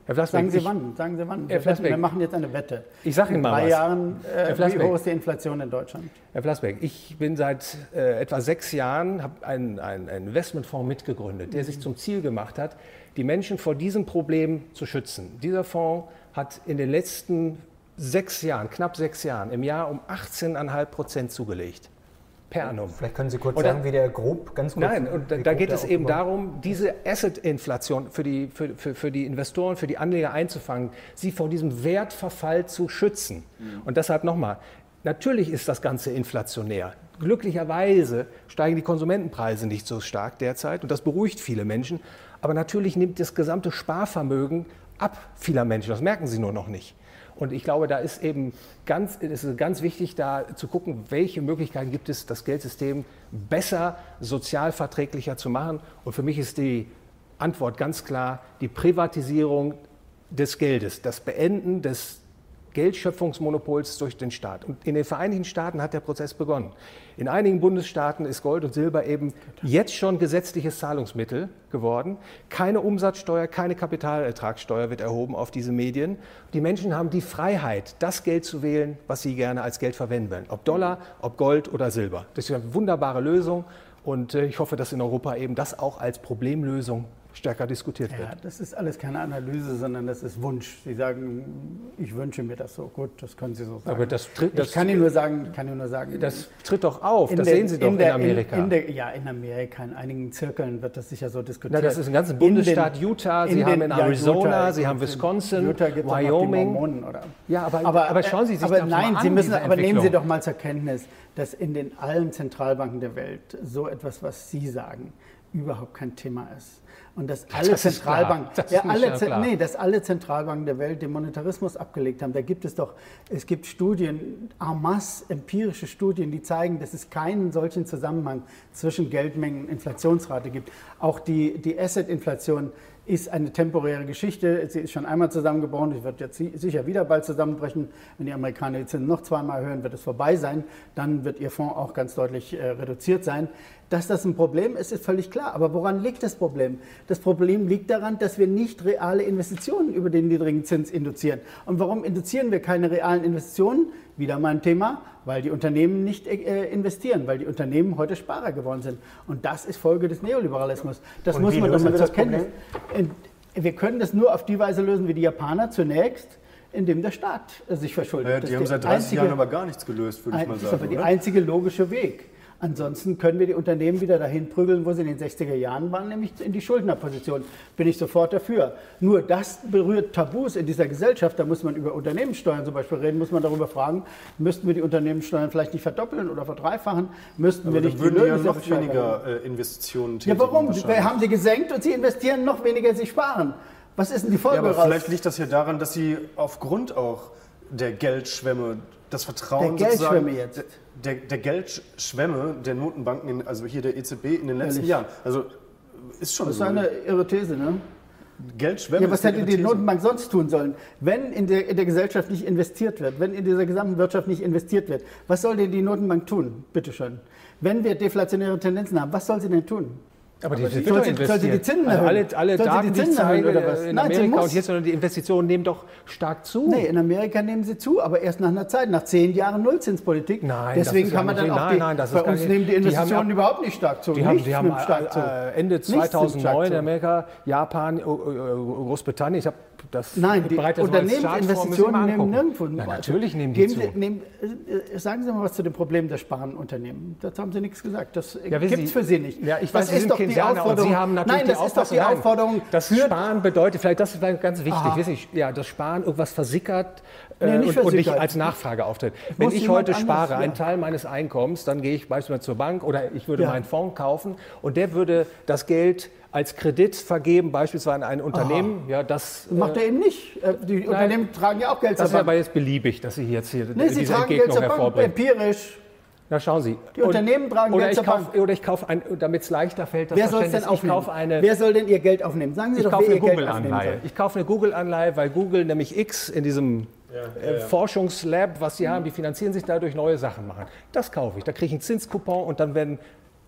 Herr Flassbeck, Sagen Sie wann. Wir machen jetzt eine Wette. Ich sage Ihnen mal was. In 3 Jahren, wie hoch ist die Inflation in Deutschland? Herr Flassbeck, ich bin seit etwa 6 Jahren, habe einen Investmentfonds mitgegründet, der sich zum Ziel gemacht hat, die Menschen vor diesem Problem zu schützen. Dieser Fonds hat in den letzten 6 Jahren, knapp 6 Jahren, im Jahr um 18,5% zugelegt. Per annum. Vielleicht können Sie kurz sagen, wie der ganz kurz. Nein, und da geht es eben darum, diese Asset-Inflation für die Investoren, für die Anleger einzufangen, sie vor diesem Wertverfall zu schützen. Und deshalb nochmal, natürlich ist das Ganze inflationär. Glücklicherweise steigen die Konsumentenpreise nicht so stark derzeit und das beruhigt viele Menschen. Aber natürlich nimmt das gesamte Sparvermögen ab vieler Menschen. Das merken sie nur noch nicht. Und ich glaube, da ist eben ganz wichtig, da zu gucken, welche Möglichkeiten gibt es, das Geldsystem besser, sozialverträglicher zu machen. Und für mich ist die Antwort ganz klar, die Privatisierung des Geldes, das Beenden des Geldschöpfungsmonopols durch den Staat. Und in den Vereinigten Staaten hat der Prozess begonnen. In einigen Bundesstaaten ist Gold und Silber eben jetzt schon gesetzliches Zahlungsmittel geworden. Keine Umsatzsteuer, keine Kapitalertragssteuer wird erhoben auf diese Medien. Die Menschen haben die Freiheit, das Geld zu wählen, was sie gerne als Geld verwenden wollen. Ob Dollar, ob Gold oder Silber. Das ist eine wunderbare Lösung und ich hoffe, dass in Europa eben das auch als Problemlösung stärker diskutiert wird. Ja, das ist alles keine Analyse, sondern das ist Wunsch. Sie sagen, ich wünsche mir das so. Gut, das können Sie so sagen. Aber ich kann Ihnen nur sagen, das tritt doch auf. Das sehen Sie doch in Amerika. In Amerika, in einigen Zirkeln wird das sicher so diskutiert. Das ist im ganzen Bundesstaat Utah, Sie haben in Arizona, Sie haben Wisconsin, Wyoming. Ja, aber schauen Sie sich aber nein, aber nehmen Sie doch mal zur Kenntnis, dass in den allen Zentralbanken der Welt so etwas, was Sie sagen, überhaupt kein Thema ist. Und dass alle Zentralbanken, dass alle Zentralbanken der Welt den Monetarismus abgelegt haben. Es gibt Studien, en masse empirische Studien, die zeigen, dass es keinen solchen Zusammenhang zwischen Geldmengen und Inflationsrate gibt. Auch die Asset-Inflation ist eine temporäre Geschichte. Sie ist schon einmal zusammengebrochen. Sie wird jetzt sicher wieder bald zusammenbrechen. Wenn die Amerikaner die Zinsen noch zweimal erhöhen, wird es vorbei sein. Dann wird ihr Fonds auch ganz deutlich reduziert sein. Dass das ein Problem ist, ist völlig klar. Aber woran liegt das Problem? Das Problem liegt daran, dass wir nicht reale Investitionen über den niedrigen Zins induzieren. Und warum induzieren wir keine realen Investitionen? Wieder mein Thema, weil die Unternehmen nicht investieren, weil die Unternehmen heute Sparer geworden sind. Und das ist Folge des Neoliberalismus. Das muss man doch mal zur Kenntnis. Wir können das nur auf die Weise lösen wie die Japaner zunächst, indem der Staat sich verschuldet. Ja, die haben seit 30 Jahren aber gar nichts gelöst, würde ich mal sagen. Das ist aber der einzige logische Weg. Ansonsten können wir die Unternehmen wieder dahin prügeln, wo sie in den 60er Jahren waren, nämlich in die Schuldnerposition. Bin ich sofort dafür. Nur das berührt Tabus in dieser Gesellschaft. Da muss man über Unternehmenssteuern zum Beispiel reden, muss man darüber fragen, müssten wir die Unternehmenssteuern vielleicht nicht verdoppeln oder verdreifachen? Müssten wir nicht die Löhne ja noch weniger Investitionen tätigen? Ja, warum? Wir haben sie gesenkt und sie investieren noch weniger, als sie sparen. Was ist denn die Folge daraus? Vielleicht liegt das ja daran, dass sie aufgrund auch der Geldschwemme, das Vertrauen der Geldschwemme der Notenbanken, also hier der EZB in den letzten Jahren. Also ist schon das so. Das ist eine irre These, ne? Geldschwemme. Ja, was hätte die Notenbank sonst tun sollen? Wenn in der Gesellschaft nicht investiert wird, wenn in dieser gesamten Wirtschaft nicht investiert wird, was soll denn die Notenbank tun? Bitte schön. Wenn wir deflationäre Tendenzen haben, was soll sie denn tun? Aber die soll sie die Zinsen erhöhen? Alle Daten, die zeigen, oder was? in Amerika und hier, sondern die Investitionen nehmen doch stark zu. Nee, in Amerika nehmen sie zu, aber erst nach einer Zeit, nach 10 Jahren Nullzinspolitik. Nein, deswegen kann man dann auch bei uns nehmen die Investitionen überhaupt nicht stark zu. Die haben Ende 2009 in Amerika, Japan, Großbritannien, ich habe das die Unternehmensinvestitionen nehmen nirgendwo. Na, natürlich nehmen die zu. Sagen Sie mal was zu dem Problem der sparenden Unternehmen. Dazu haben Sie nichts gesagt. Das gibt es für Sie nicht. Ja, ich weiß, Sie sind Keynesianer und Sie haben natürlich die Auffassung, das Sparen bedeutet, vielleicht das ist ganz wichtig, dass Sparen irgendwas versickert und nicht als Nachfrage auftritt. Wenn ich heute spare, einen Teil meines Einkommens, dann gehe ich beispielsweise zur Bank oder ich würde meinen Fonds kaufen und der würde das Geld als Kredit vergeben, beispielsweise an ein Unternehmen. Ja, das macht er eben nicht. Die Unternehmen tragen ja auch Geld zur Bank. Das ist aber jetzt beliebig, dass Sie jetzt hier diese Entgegnung hervorbringen. Empirisch. Na, schauen Sie. Die Unternehmen tragen Geld zur Bank. Oder ich kaufe damit es leichter fällt, das Verständnis. Wer soll denn Ihr Geld aufnehmen? Sagen Sie doch, wer Ihr Geld aufnehmen soll. Ich kaufe eine Google-Anleihe, weil Google nämlich X in diesem Forschungslab, was sie haben, die finanzieren sich dadurch neue Sachen machen. Das kaufe ich. Da kriege ich einen Zinscoupon und dann werden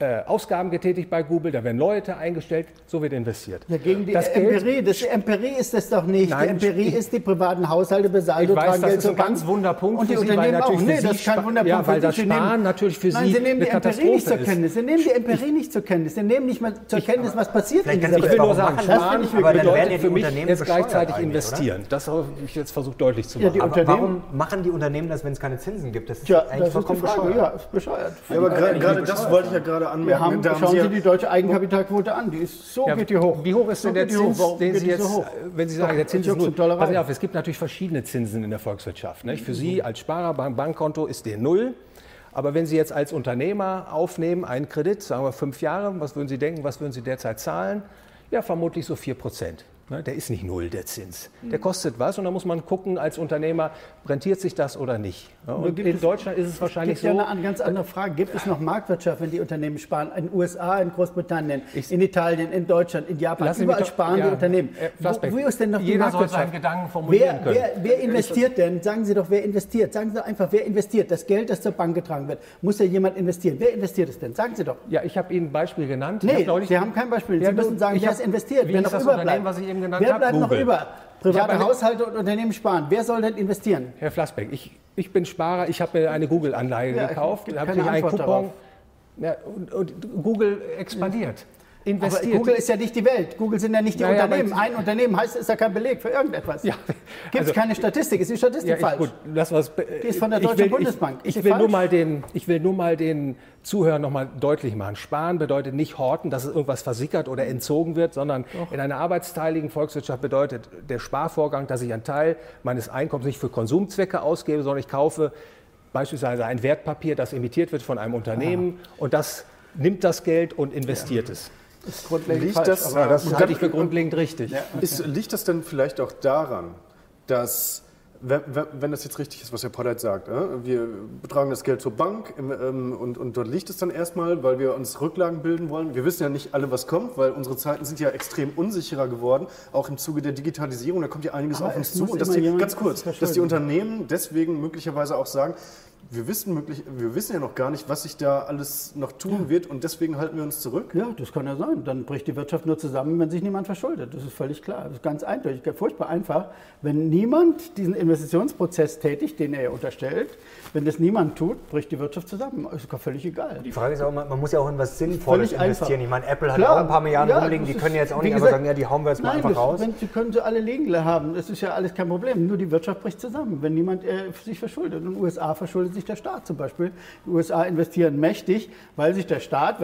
Ausgaben getätigt bei Google, da werden Leute eingestellt, so wird investiert. Ja, gegen die Empirie. Die Empirie ist das doch nicht. Nein, die Empirie ist, die privaten Haushalte bei Saldo tragen Geld zur Bank. Das ist ein ganz Wunderpunkt und die für Sie, Unternehmen weil auch. natürlich Nee, für das Sie ist kein Wunderpunkt. Ja, weil das Sie Sparen natürlich für Nein, Sie Sie nehmen die eine Empirie nicht zur Katastrophe Kenntnis. ist. Sie nehmen die Empirie nicht zur Kenntnis. Sie nehmen nicht mal zur Kenntnis, was passiert in dieser Ich will nur sagen, machen. Sparen Aber dann werden ja bedeutet die für mich Unternehmen jetzt gleichzeitig bescheuert investieren. Das habe ich jetzt versucht deutlich zu Ja, machen. die Aber Unternehmen- warum machen die Unternehmen das, wenn es keine Zinsen gibt? Das ist Tja, eigentlich das ist die vollkommen Frage. bescheuert. Ja, ist bescheuert. Ja, aber gerade das wollte ich ja gerade anmerken. Da haben Schauen Sie Sie ja- die deutsche Eigenkapitalquote an. Die ist so, Ja, geht die hoch. Wie hoch ist denn So der geht die hoch. Zins, Warum den geht Sie die jetzt, so hoch? wenn Sie sagen, der Zins ist Jux null? und Dollerei. Passen Sie auf, es gibt natürlich verschiedene Zinsen in der Volkswirtschaft. Nicht? Für Sie als Sparer beim Bankkonto ist der null. Aber wenn Sie jetzt als Unternehmer aufnehmen, einen Kredit, sagen wir 5 Jahre, was würden Sie denken, was würden Sie derzeit zahlen? Ja, vermutlich so 4%. Der ist nicht null, der Zins. Der kostet was und da muss man gucken als Unternehmer, rentiert sich das oder nicht. Ja, und in Deutschland ist es wahrscheinlich Es gibt so. ja eine ganz andere Frage. Gibt es noch Marktwirtschaft, wenn die Unternehmen sparen? In den USA, in Großbritannien, in Italien, in Deutschland, in Japan. Lassen Sie mich Überall doch- sparen ja, die Unternehmen. Flassbeck, Wo ist denn noch die jeder soll Marktwirtschaft? seinen Gedanken formulieren können. Wer investiert denn? Sagen Sie doch, wer investiert? Sagen Sie doch einfach, wer investiert? Das Geld, das zur Bank getragen wird, muss ja jemand investieren. Wer investiert es denn? Sagen Sie doch. Ja, ich habe Ihnen ein Beispiel genannt. Ich Nee, hab neulich- Sie haben kein Beispiel. Ja, Sie müssen sagen, ich wer hab- es investiert. Wie Wer ist noch das überbleibt. Unternehmen, was ich eben genannt Wer habe? bleibt noch Google. über? Private eine- Haushalte und Unternehmen sparen. Wer soll denn investieren? Herr Flassbeck, ich bin Sparer, ich habe mir eine Google-Anleihe Ja, gekauft, gibt habe keine ich einen Antwort Coupon. darauf. Ja, und Google expandiert, Aber investiert. Google ist ja nicht die Welt. Google sind ja nicht die Ja, ja, Unternehmen. aber- Ein Unternehmen heißt, ist ja kein Beleg für irgendetwas. Ja, Gibt es also- keine Statistik? Ist die Statistik Ja, falsch? gut, lassen wir es. Die ist von der Deutschen Bundesbank. Ist Ich die will nur falsch? mal den Zuhörern noch mal deutlich machen. Sparen bedeutet nicht horten, dass es irgendwas versickert oder entzogen wird, sondern in einer arbeitsteiligen Volkswirtschaft bedeutet der Sparvorgang, dass ich einen Teil meines Einkommens nicht für Konsumzwecke ausgebe, sondern ich kaufe beispielsweise ein Wertpapier, das emittiert wird von einem Unternehmen und das nimmt das Geld und investiert es. Das ist grundlegend Liegt falsch. das- aber Das halte ich für grundlegend richtig. Liegt das denn vielleicht auch daran, dass, wenn das jetzt richtig ist, was Herr Polleit sagt, wir betragen das Geld zur Bank und dort liegt es dann erstmal, weil wir uns Rücklagen bilden wollen. Wir wissen ja nicht alle, was kommt, weil unsere Zeiten sind ja extrem unsicherer geworden, auch im Zuge der Digitalisierung. Da kommt ja einiges Aber auf uns es zu. muss Und dass immer die, jemand ganz kurz, verschulden. dass die Unternehmen deswegen möglicherweise auch sagen, wir wissen ja noch gar nicht, was sich da alles noch tun wird und deswegen halten wir uns zurück. Ja, das kann ja sein. Dann bricht die Wirtschaft nur zusammen, wenn sich niemand verschuldet. Das ist völlig klar. Das ist ganz eindeutig, furchtbar einfach. Wenn niemand diesen Investitionsprozess tätigt, den er unterstellt, wenn das niemand tut, bricht die Wirtschaft zusammen. Das ist völlig egal. Die Frage ist auch, man muss ja auch in was Sinnvolles Völlig einfach. investieren. Ich meine, Apple hat Klar, ja auch ein paar Milliarden ja, rumliegen, die das können ist, jetzt auch wie nicht gesagt, einfach sagen, ja, die hauen wir jetzt mal Nein, einfach raus. Sie können sie alle liegen haben. Das ist ja alles kein Problem. Nur die Wirtschaft bricht zusammen, wenn niemand sich verschuldet. In den USA verschuldet sich der Staat zum Beispiel. Die USA investieren mächtig, weil der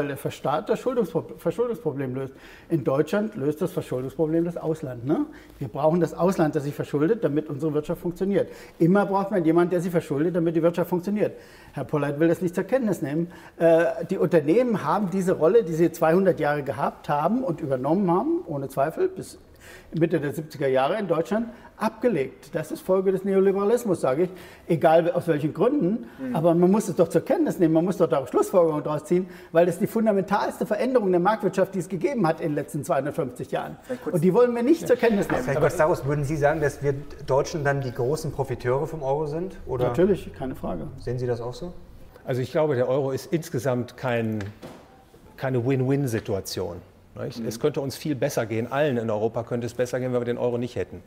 Staat das Verschuldungsproblem löst. In Deutschland löst das Verschuldungsproblem das Ausland. Ne? Wir brauchen das Ausland, das sich verschuldet, damit unsere Wirtschaft funktioniert. Immer braucht man jemanden, der sich verschuldet, damit die Wirtschaft funktioniert. Herr Polleit will das nicht zur Kenntnis nehmen. Die Unternehmen haben diese Rolle, die sie 200 Jahre gehabt haben und übernommen haben, ohne Zweifel, bis Mitte der 70er Jahre in Deutschland, abgelegt. Das ist Folge des Neoliberalismus, sage ich, egal aus welchen Gründen. Aber man muss es doch zur Kenntnis nehmen, man muss doch da auch Schlussfolgerungen daraus ziehen, weil das die fundamentalste Veränderung der Marktwirtschaft, die es gegeben hat in den letzten 250 Jahren. Und die wollen wir nicht zur Kenntnis nehmen. Herr Gustavus, würden Sie sagen, dass wir Deutschen dann die großen Profiteure vom Euro sind? Oder Natürlich, keine Frage. sehen Sie das auch so? Also ich glaube, der Euro ist insgesamt keine Win-Win-Situation. Es könnte uns viel besser gehen, allen in Europa könnte es besser gehen, wenn wir den Euro nicht hätten.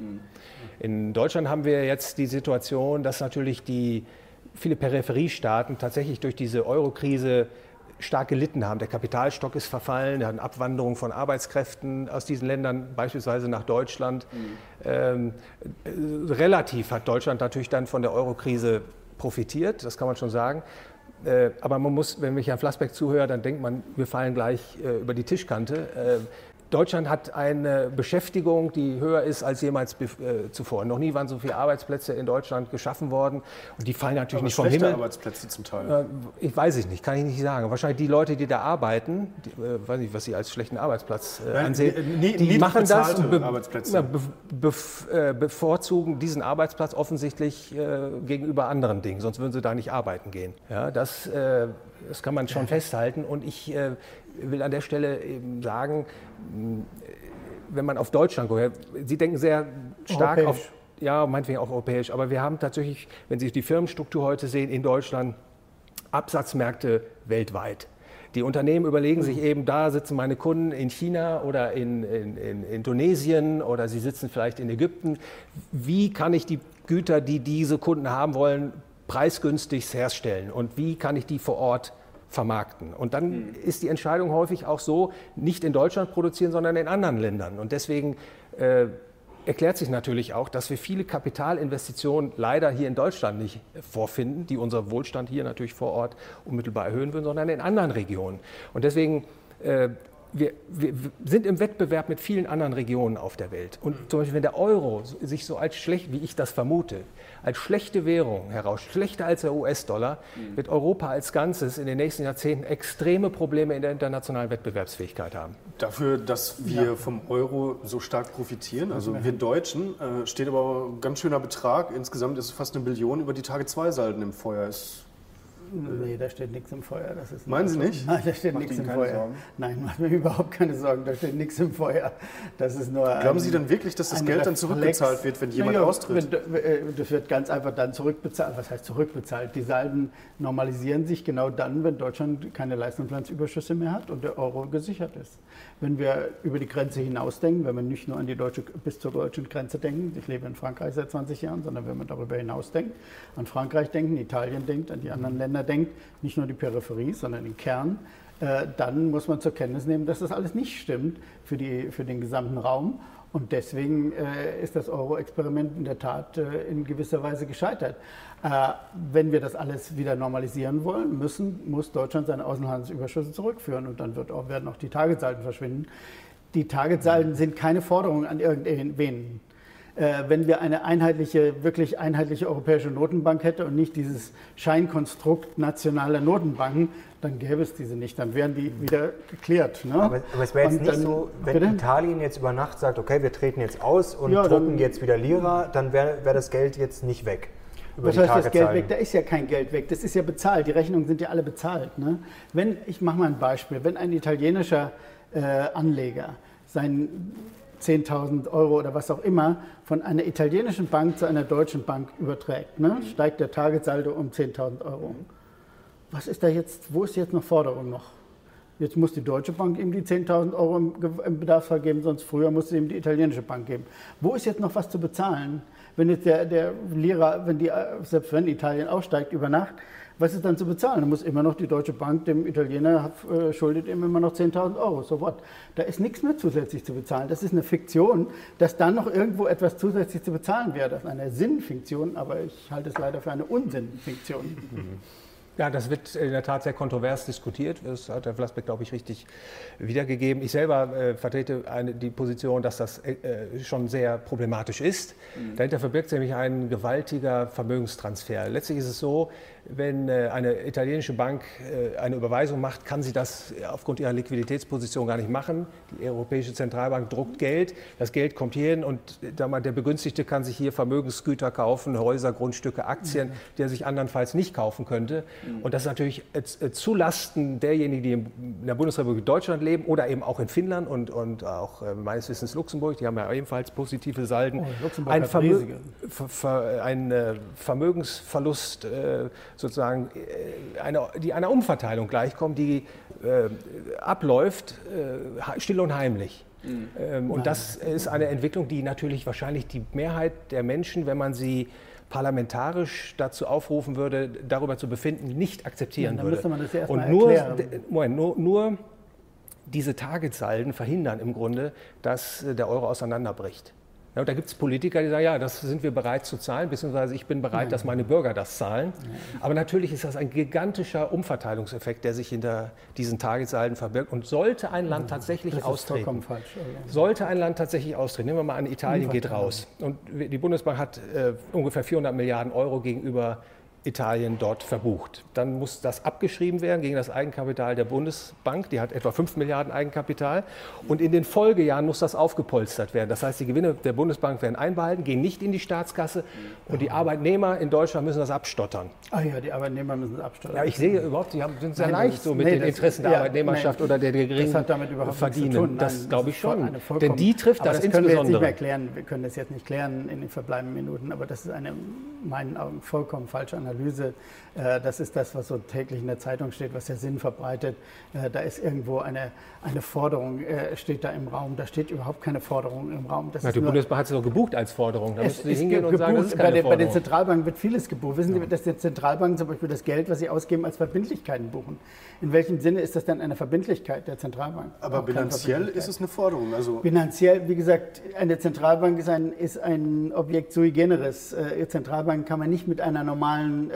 In Deutschland haben wir jetzt die Situation, dass natürlich viele Peripheriestaaten tatsächlich durch diese Euro-Krise stark gelitten haben. Der Kapitalstock ist verfallen, wir hatten Abwanderung von Arbeitskräften aus diesen Ländern, beispielsweise nach Deutschland. Relativ hat Deutschland natürlich dann von der Euro-Krise profitiert, das kann man schon sagen. Aber man muss, wenn ich Herrn Flassbeck zuhöre, dann denkt man, wir fallen gleich über die Tischkante. Deutschland hat eine Beschäftigung, die höher ist als jemals zuvor. Noch nie waren so viele Arbeitsplätze in Deutschland geschaffen worden. Und die fallen natürlich nicht vom Himmel. Arbeitsplätze zum Teil. Ich weiß es nicht, kann ich nicht sagen. Wahrscheinlich die Leute, die da arbeiten, weiß nicht, was sie als schlechten Arbeitsplatz ansehen, die machen das und bevorzugen diesen Arbeitsplatz offensichtlich gegenüber anderen Dingen. Sonst würden sie da nicht arbeiten gehen. Ja, das kann man schon festhalten. Und ich will an der Stelle eben sagen, wenn man auf Deutschland guckt, Sie denken sehr stark europäisch. ja, meinetwegen auch europäisch, aber wir haben tatsächlich, wenn Sie die Firmenstruktur heute sehen, in Deutschland Absatzmärkte weltweit. Die Unternehmen überlegen sich eben, da sitzen meine Kunden in China oder in Indonesien oder sie sitzen vielleicht in Ägypten. Wie kann ich die Güter, die diese Kunden haben wollen, preisgünstig herstellen und wie kann ich die vor Ort vermarkten? Und dann ist die Entscheidung häufig auch so, nicht in Deutschland produzieren, sondern in anderen Ländern. Und deswegen erklärt sich natürlich auch, dass wir viele Kapitalinvestitionen leider hier in Deutschland nicht vorfinden, die unser Wohlstand hier natürlich vor Ort unmittelbar erhöhen würden, sondern in anderen Regionen. Und deswegen wir sind im Wettbewerb mit vielen anderen Regionen auf der Welt. Und zum Beispiel, wenn der Euro sich so als schlecht, wie ich das vermute, als schlechte Währung heraus, schlechter als der US-Dollar, wird Europa als Ganzes in den nächsten Jahrzehnten extreme Probleme in der internationalen Wettbewerbsfähigkeit haben. Dafür, dass wir vom Euro so stark profitieren, also wir Deutschen, steht aber ein ganz schöner Betrag. Insgesamt ist es fast 1 Billion über die Tage-2-Salden im Feuer. Nee, da steht nichts im Feuer. Meinen Sie nicht? Nein, da steht nichts im Feuer. Sorgen? Nein, macht mir überhaupt keine Sorgen, da steht nichts im Feuer. Das ist nur Glauben Sie dann wirklich, dass das Geld dann zurückbezahlt wird, wenn jemand austritt? Das wird ganz einfach dann zurückbezahlt. Was heißt zurückbezahlt? Die Salden normalisieren sich genau dann, wenn Deutschland keine Leistungsbilanzüberschüsse mehr hat und der Euro gesichert ist. Wenn wir über die Grenze hinausdenken, wenn wir nicht nur an die bis zur deutschen Grenze denken, ich lebe in Frankreich seit 20 Jahren, sondern wenn man darüber hinaus denkt, an Frankreich denken, Italien denkt, an die anderen Länder denkt, nicht nur die Peripherie, sondern den Kern, dann muss man zur Kenntnis nehmen, dass das alles nicht stimmt für den gesamten Raum. Und deswegen ist das Euro-Experiment in der Tat in gewisser Weise gescheitert. Wenn wir das alles wieder normalisieren wollen, muss Deutschland seine Außenhandelsüberschüsse zurückführen und dann werden auch die Targetsalden verschwinden. Die Targetsalden sind keine Forderung an irgendwen. Wenn wir eine wirklich einheitliche europäische Notenbank hätten und nicht dieses Scheinkonstrukt nationaler Notenbanken, dann gäbe es diese nicht, dann wären die wieder geklärt. Ne? Aber es wäre jetzt nicht so, wenn Italien jetzt über Nacht sagt, okay, wir treten jetzt aus und drucken jetzt wieder Lira, dann wäre das Geld jetzt nicht weg. Was heißt das Geld weg? Da ist ja kein Geld weg, das ist ja bezahlt, die Rechnungen sind ja alle bezahlt. Ne? Ich mache mal ein Beispiel, wenn ein italienischer Anleger sein 10.000 Euro oder was auch immer von einer italienischen Bank zu einer deutschen Bank überträgt, ne? Steigt der Targetsaldo um 10.000 Euro. Was ist da jetzt, wo ist jetzt noch Forderung noch? Jetzt muss die deutsche Bank ihm die 10.000 Euro im Bedarfsfall geben, sonst früher musste ihm die italienische Bank geben. Wo ist jetzt noch was zu bezahlen? Wenn jetzt der Lira, selbst wenn Italien aussteigt über Nacht, was ist dann zu bezahlen? Da muss immer noch die Deutsche Bank, dem Italiener schuldet ihm immer noch 10.000 Euro. So what? Da ist nichts mehr zusätzlich zu bezahlen. Das ist eine Fiktion, dass dann noch irgendwo etwas zusätzlich zu bezahlen wäre. Das ist eine Sinnfiktion, aber ich halte es leider für eine Unsinnfiktion. Ja, das wird in der Tat sehr kontrovers diskutiert. Das hat Herr Vlasbeck, glaube ich, richtig wiedergegeben. Ich selber vertrete die Position, dass das schon sehr problematisch ist. Dahinter verbirgt sich nämlich ein gewaltiger Vermögenstransfer. Letztlich ist es so, wenn eine italienische Bank eine Überweisung macht, kann sie das aufgrund ihrer Liquiditätsposition gar nicht machen. Die Europäische Zentralbank druckt Geld, das Geld kommt hierhin und der Begünstigte kann sich hier Vermögensgüter kaufen, Häuser, Grundstücke, Aktien, die er sich andernfalls nicht kaufen könnte. Und das ist natürlich zulasten derjenigen, die in der Bundesrepublik Deutschland leben oder eben auch in Finnland und auch meines Wissens Luxemburg, die haben ja ebenfalls positive Salden. Ein Vermögensverlust sozusagen, die einer Umverteilung gleichkommt, die abläuft, still und heimlich. Und das ist eine Entwicklung, die natürlich wahrscheinlich die Mehrheit der Menschen, wenn man sie parlamentarisch dazu aufrufen würde, darüber zu befinden, nicht akzeptieren würde. Müsste man das ja erst mal erklären. Nur diese Targetsalden verhindern im Grunde, dass der Euro auseinanderbricht. Ja, und da gibt es Politiker, die sagen, ja, das sind wir bereit zu zahlen, beziehungsweise ich bin bereit, dass meine Bürger das zahlen. Aber natürlich ist das ein gigantischer Umverteilungseffekt, der sich hinter diesen Targetsalden verbirgt. Und sollte ein Land tatsächlich austreten, nehmen wir mal an, Italien geht raus. Und die Bundesbank hat ungefähr 400 Milliarden Euro gegenüber Italien dort verbucht. Dann muss das abgeschrieben werden gegen das Eigenkapital der Bundesbank. Die hat etwa 5 Milliarden Eigenkapital. Und in den Folgejahren muss das aufgepolstert werden. Das heißt, die Gewinne der Bundesbank werden einbehalten, gehen nicht in die Staatskasse. Und die Arbeitnehmer in Deutschland müssen das abstottern. Ah ja, die Arbeitnehmer müssen das abstottern. Ja, ich sehe überhaupt, Sie sind sehr leicht so mit den Interessen der Arbeitnehmerschaft oder der geringen das hat damit überhaupt Verdienen. Nichts zu tun. Das glaube ich schon. Denn die trifft das insbesondere. Können wir jetzt nicht mehr klären. Wir können das jetzt nicht klären in den verbleibenden Minuten. Aber das ist eine, in meinen Augen, vollkommen falsche Analyse Analyse. Das ist das, was so täglich in der Zeitung steht, was der Sinn verbreitet. Da ist irgendwo eine Forderung, steht da im Raum. Da steht überhaupt keine Forderung im Raum. Das die Bundesbank hat es doch gebucht als Forderung. Da müssen Sie hingehen und sagen, das ist keine Forderung. Bei den Zentralbanken wird vieles gebucht. Wissen Sie, dass die Zentralbanken zum Beispiel das Geld, was sie ausgeben, als Verbindlichkeiten buchen? In welchem Sinne ist das dann eine Verbindlichkeit der Zentralbank? Aber bilanziell ist es eine Forderung. Also bilanziell, wie gesagt, eine Zentralbank ist ein Objekt sui generis. Zentralbank kann man nicht mit einer normalen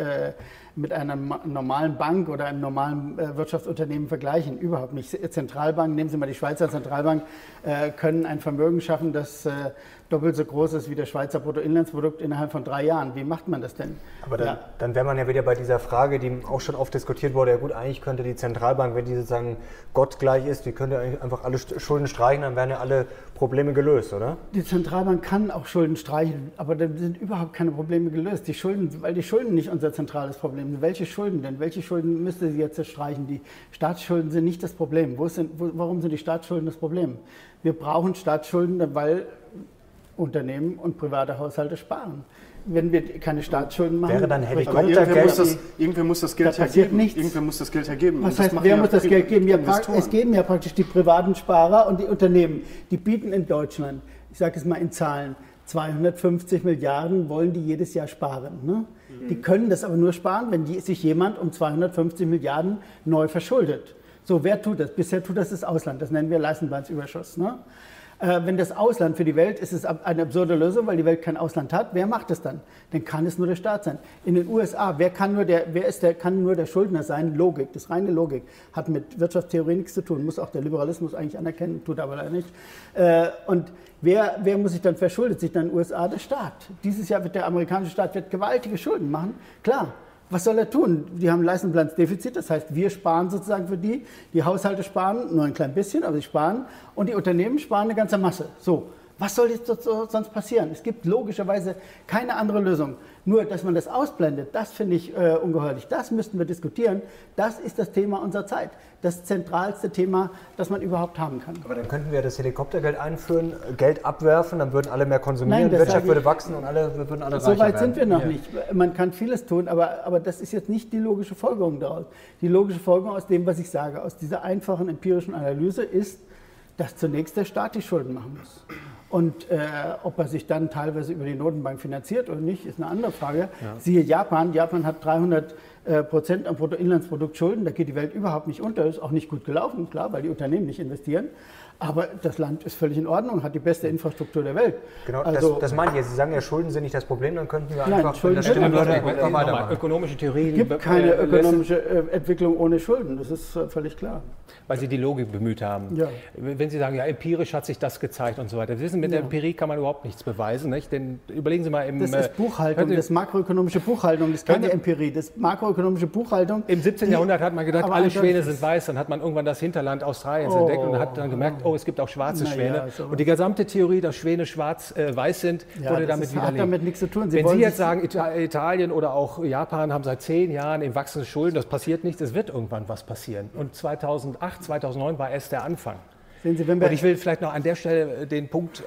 Bank oder einem normalen Wirtschaftsunternehmen vergleichen. Überhaupt nicht. Zentralbanken, nehmen Sie mal die Schweizer Zentralbank, können ein Vermögen schaffen, das doppelt so groß ist wie das Schweizer Bruttoinlandsprodukt innerhalb von 3 Jahren. Wie macht man das denn? Aber dann wäre man ja wieder bei dieser Frage, die auch schon oft diskutiert wurde, ja gut, eigentlich könnte die Zentralbank, wenn die sozusagen gottgleich ist, die könnte eigentlich einfach alle Schulden streichen, dann wären ja alle Probleme gelöst, oder? Die Zentralbank kann auch Schulden streichen, aber da sind überhaupt keine Probleme gelöst. Weil die Schulden nicht unser zentrales Problem sind. Welche Schulden denn? Welche Schulden müsste sie jetzt streichen? Die Staatsschulden sind nicht das Problem. Warum sind die Staatsschulden das Problem? Wir brauchen Staatsschulden, weil Unternehmen und private Haushalte sparen. Wenn wir keine Staatsschulden machen, wäre dann Helikoptergeld. Irgendwer muss das Geld hergeben. Irgendwer muss das Geld hergeben. Was heißt, wer muss das Geld geben? Es geben ja praktisch die privaten Sparer und die Unternehmen. Die bieten in Deutschland, ich sage es mal in Zahlen, 250 Milliarden wollen die jedes Jahr sparen. Ne? Die können das aber nur sparen, wenn sich jemand um 250 Milliarden neu verschuldet. So, wer tut das? Bisher tut das Ausland. Das nennen wir Leistenbandsüberschuss. Ne? Wenn das Ausland für die Welt ist, es eine absurde Lösung, weil die Welt kein Ausland hat. Wer macht es dann? Dann kann es nur der Staat sein. In den USA, kann nur der Schuldner sein? Logik, das ist reine Logik. Hat mit Wirtschaftstheorie nichts zu tun. Muss auch der Liberalismus eigentlich anerkennen, tut aber leider nicht. Und wer muss sich dann verschuldet? Sich dann in den USA? Der Staat. Dieses Jahr wird der amerikanische Staat gewaltige Schulden machen. Klar. Was soll er tun? Die haben ein Leistenbilanzdefizit, das heißt, wir sparen sozusagen für die. Die Haushalte sparen nur ein klein bisschen, aber sie sparen. Und die Unternehmen sparen eine ganze Masse. So, was soll jetzt sonst passieren? Es gibt logischerweise keine andere Lösung. Nur, dass man das ausblendet, das finde ich ungeheuerlich. Das müssten wir diskutieren. Das ist das Thema unserer Zeit. Das zentralste Thema, das man überhaupt haben kann. Aber dann könnten wir das Helikoptergeld einführen, Geld abwerfen, dann würden alle mehr konsumieren, die Wirtschaft würde wachsen und würden alle reicher werden. So weit sind wir noch nicht. Man kann vieles tun, aber das ist jetzt nicht die logische Folgerung daraus. Die logische Folgerung aus dem, was ich sage, aus dieser einfachen empirischen Analyse ist, dass zunächst der Staat die Schulden machen muss. Und ob er sich dann teilweise über die Notenbank finanziert oder nicht, ist eine andere Frage. Ja. Siehe Japan. Japan hat 300% am Bruttoinlandsprodukt Schulden. Da geht die Welt überhaupt nicht unter. Ist auch nicht gut gelaufen, klar, weil die Unternehmen nicht investieren. Aber das Land ist völlig in Ordnung, hat die beste Infrastruktur der Welt. Genau, also, das meine ich jetzt. Sie sagen ja, Schulden sind nicht das Problem, dann könnten wir einfach... Schulden weitermachen. Ökonomische Theorien... Es gibt keine ökonomische Entwicklung ohne Schulden, das ist völlig klar. Weil Sie die Logik bemüht haben. Ja. Wenn Sie sagen, ja, empirisch hat sich das gezeigt und so weiter. Sie wissen, mit der Empirie kann man überhaupt nichts beweisen. Nicht? Denn überlegen Sie mal... Das ist Buchhaltung, das ist makroökonomische Buchhaltung, das ist keine Empirie. Das makroökonomische Buchhaltung... Im 17. Jahrhundert hat man gedacht, alle Schwäne sind weiß. Dann hat man irgendwann das Hinterland Australiens entdeckt und hat dann gemerkt, es gibt auch schwarze Schwäne. Ja, und die gesamte Theorie, dass Schwäne schwarz-weiß sind, wurde damit widerlegt. Hat damit nichts zu tun. Wenn Sie jetzt sagen, Italien oder auch Japan haben seit 10 Jahren im wachsende Schulden, das passiert nicht, es wird irgendwann was passieren. Und 2008, 2009 war erst der Anfang. Sehen Sie, und ich will vielleicht noch an der Stelle den Punkt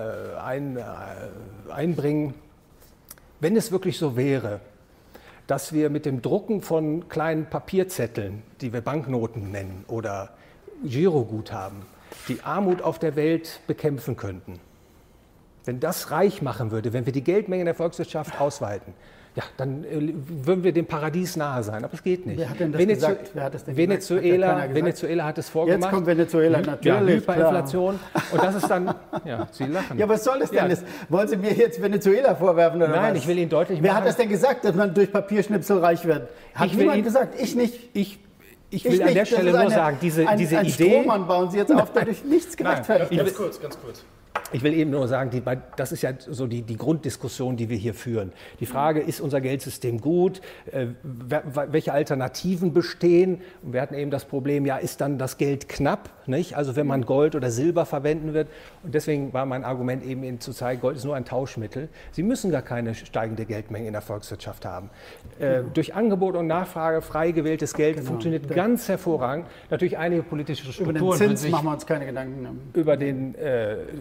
einbringen, wenn es wirklich so wäre, dass wir mit dem Drucken von kleinen Papierzetteln, die wir Banknoten nennen oder Giroguthaben, die Armut auf der Welt bekämpfen könnten. Wenn das reich machen würde, wenn wir die Geldmenge in der Volkswirtschaft ausweiten, ja, dann würden wir dem Paradies nahe sein. Aber es geht nicht. Wer hat denn das gesagt? Wer hat das denn Venezuela hat es vorgemacht. Jetzt kommt Venezuela, natürlich. Ja, Hyperinflation. Und das ist dann, ja, Sie lachen. Ja, was soll das denn? Wollen Sie mir jetzt Venezuela vorwerfen oder Nein, was? ich will Ihnen deutlich machen. Wer hat das denn gesagt, dass man durch Papierschnipsel reich wird? Hat niemand gesagt, ich nicht. Ich will an der Stelle nur sagen, diese Idee... Strohmann bauen Sie jetzt auf, der durch nichts gerechtfertigt ist. Ganz kurz. Ich will eben nur sagen, das ist ja so die Grunddiskussion, die wir hier führen. Die Frage, ist unser Geldsystem gut? Welche Alternativen bestehen? Und wir hatten eben das Problem, ja, ist dann das Geld knapp? Nicht? Also wenn man Gold oder Silber verwenden wird. Und deswegen war mein Argument eben zu zeigen, Gold ist nur ein Tauschmittel. Sie müssen gar keine steigende Geldmenge in der Volkswirtschaft haben. Durch Angebot und Nachfrage frei gewähltes Geld funktioniert ganz hervorragend. Natürlich einige politische Strukturen. Über den Zins machen wir uns keine Gedanken. Über den Veränderungen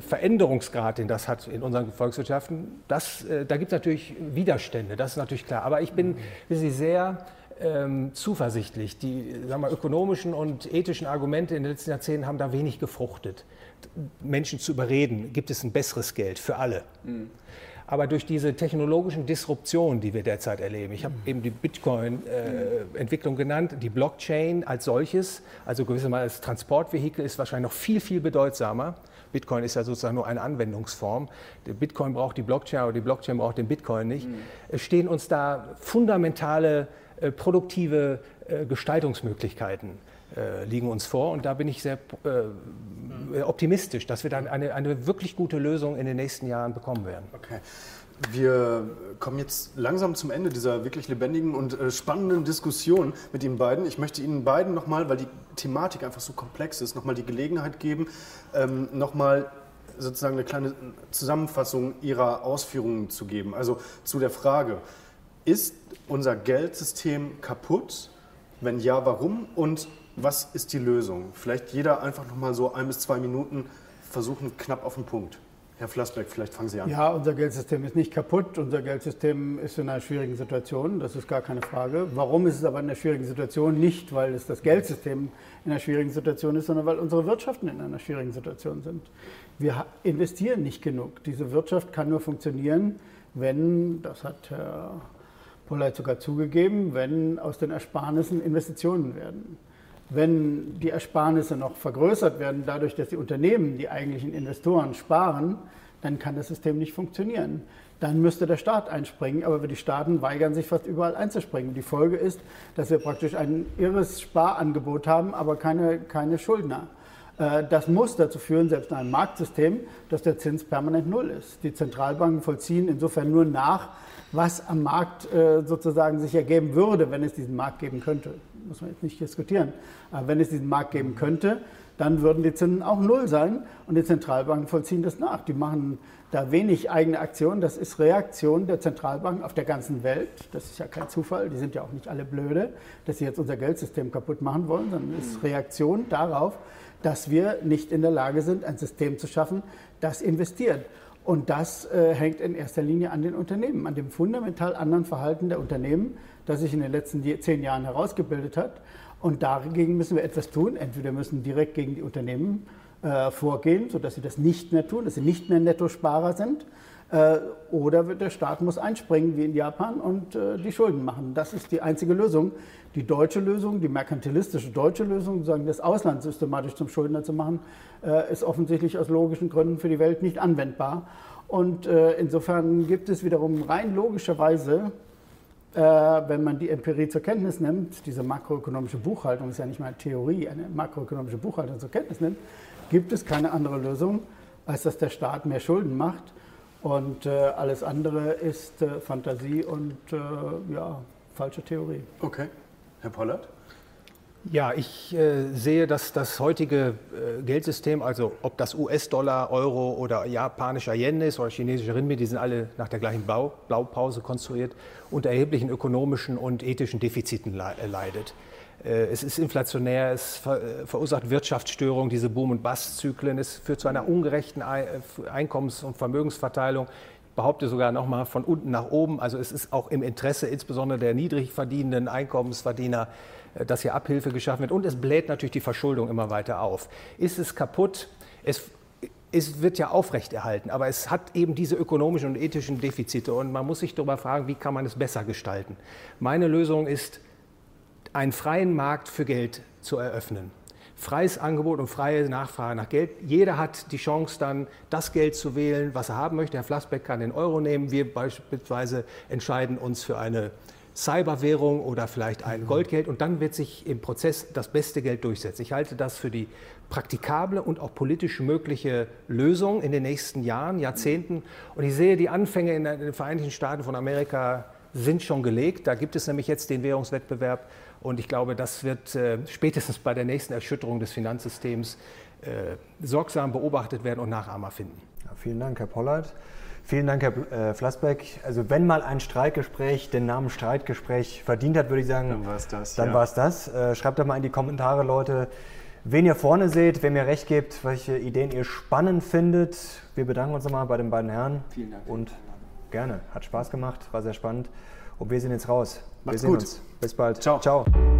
Veränderungsgrad, den das hat in unseren Volkswirtschaften, da gibt es natürlich Widerstände, das ist natürlich klar. Aber ich bin sehr zuversichtlich. Die ökonomischen und ethischen Argumente in den letzten Jahrzehnten haben da wenig gefruchtet. Menschen zu überreden, gibt es ein besseres Geld für alle. Aber durch diese technologischen Disruptionen, die wir derzeit erleben, ich habe eben die Bitcoin-Entwicklung genannt, die Blockchain als solches, also gewissermaßen als Transportvehikel, ist wahrscheinlich noch viel, viel bedeutsamer. Bitcoin ist ja sozusagen nur eine Anwendungsform. Der Bitcoin braucht die Blockchain, aber die Blockchain braucht den Bitcoin nicht. Es stehen uns da fundamentale, produktive Gestaltungsmöglichkeiten liegen uns vor. Und da bin ich sehr optimistisch, dass wir dann eine wirklich gute Lösung in den nächsten Jahren bekommen werden. Okay. Wir kommen jetzt langsam zum Ende dieser wirklich lebendigen und spannenden Diskussion mit Ihnen beiden. Ich möchte Ihnen beiden nochmal, weil die Thematik einfach so komplex ist, nochmal die Gelegenheit geben, nochmal sozusagen eine kleine Zusammenfassung Ihrer Ausführungen zu geben. Also zu der Frage, ist unser Geldsystem kaputt? Wenn ja, warum? Und was ist die Lösung? Vielleicht jeder einfach nochmal so 1 bis 2 Minuten versuchen, knapp auf den Punkt. Herr Flassbeck, vielleicht fangen Sie an. Ja, unser Geldsystem ist nicht kaputt. Unser Geldsystem ist in einer schwierigen Situation. Das ist gar keine Frage. Warum ist es aber in einer schwierigen Situation? Nicht, weil es das Geldsystem in einer schwierigen Situation ist, sondern weil unsere Wirtschaften in einer schwierigen Situation sind. Wir investieren nicht genug. Diese Wirtschaft kann nur funktionieren, wenn, das hat Herr Polleit sogar zugegeben, wenn aus den Ersparnissen Investitionen werden. Wenn die Ersparnisse noch vergrößert werden, dadurch, dass die Unternehmen, die eigentlichen Investoren, sparen, dann kann das System nicht funktionieren. Dann müsste der Staat einspringen, aber die Staaten weigern sich fast überall einzuspringen. Die Folge ist, dass wir praktisch ein irres Sparangebot haben, aber keine Schuldner. Das muss dazu führen, selbst in einem Marktsystem, dass der Zins permanent null ist. Die Zentralbanken vollziehen insofern nur nach, was am Markt sozusagen sich ergeben würde, wenn es diesen Markt geben könnte. Muss man jetzt nicht diskutieren. Aber wenn es diesen Markt geben könnte, dann würden die Zinsen auch null sein und die Zentralbanken vollziehen das nach. Die machen da wenig eigene Aktionen. Das ist Reaktion der Zentralbanken auf der ganzen Welt. Das ist ja kein Zufall. Die sind ja auch nicht alle blöde, dass sie jetzt unser Geldsystem kaputt machen wollen, sondern es ist Reaktion darauf, dass wir nicht in der Lage sind, ein System zu schaffen, das investiert. Und das hängt in erster Linie an den Unternehmen, an dem fundamental anderen Verhalten der Unternehmen, das sich in den letzten 10 Jahren herausgebildet hat. Und dagegen müssen wir etwas tun. Entweder müssen direkt gegen die Unternehmen vorgehen, sodass sie das nicht mehr tun, dass sie nicht mehr Nettosparer sind. Oder der Staat muss einspringen, wie in Japan, und die Schulden machen. Das ist die einzige Lösung. Die deutsche Lösung, die merkantilistische deutsche Lösung, sozusagen das Ausland systematisch zum Schuldner zu machen, ist offensichtlich aus logischen Gründen für die Welt nicht anwendbar. Und insofern gibt es wiederum rein logischerweise, wenn man die Empirie zur Kenntnis nimmt, diese makroökonomische Buchhaltung ist ja nicht mal eine Theorie, eine makroökonomische Buchhaltung zur Kenntnis nimmt, gibt es keine andere Lösung, als dass der Staat mehr Schulden macht. Und alles andere ist Fantasie und falsche Theorie. Okay. Herr Polleit? Ja, ich sehe, dass das heutige Geldsystem, also ob das US-Dollar, Euro oder japanischer Yen ist oder chinesischer Renminbi, die sind alle nach der gleichen Blaupause konstruiert, unter erheblichen ökonomischen und ethischen Defiziten leidet. Es ist inflationär, es verursacht Wirtschaftsstörungen, diese Boom- und Bust-Zyklen, es führt zu einer ungerechten Einkommens- und Vermögensverteilung. Ich behaupte sogar noch mal von unten nach oben. Also es ist auch im Interesse insbesondere der niedrig verdienenden Einkommensverdiener, dass hier Abhilfe geschaffen wird. Und es bläht natürlich die Verschuldung immer weiter auf. Ist es kaputt? Es wird ja aufrechterhalten, aber es hat eben diese ökonomischen und ethischen Defizite. Und man muss sich darüber fragen, wie kann man es besser gestalten? Meine Lösung ist, einen freien Markt für Geld zu eröffnen. Freies Angebot und freie Nachfrage nach Geld. Jeder hat die Chance, dann das Geld zu wählen, was er haben möchte. Herr Flassbeck kann den Euro nehmen. Wir beispielsweise entscheiden uns für eine Cyberwährung oder vielleicht ein Goldgeld. Und dann wird sich im Prozess das beste Geld durchsetzen. Ich halte das für die praktikable und auch politisch mögliche Lösung in den nächsten Jahren, Jahrzehnten. Und ich sehe, die Anfänge in den Vereinigten Staaten von Amerika sind schon gelegt. Da gibt es nämlich jetzt den Währungswettbewerb. Und ich glaube, das wird spätestens bei der nächsten Erschütterung des Finanzsystems sorgsam beobachtet werden und Nachahmer finden. Ja, vielen Dank, Herr Polleit. Vielen Dank, Herr Flassbeck. Also wenn mal ein Streitgespräch den Namen Streitgespräch verdient hat, würde ich sagen, dann war es das. Dann war es das. Schreibt doch mal in die Kommentare, Leute, wen ihr vorne seht, wem ihr recht gebt, welche Ideen ihr spannend findet. Wir bedanken uns nochmal bei den beiden Herren. Vielen Dank. Und gerne. Hat Spaß gemacht, war sehr spannend. Und wir sind jetzt raus. Macht's wir sehen gut. uns. Bis bald. Ciao. Ciao.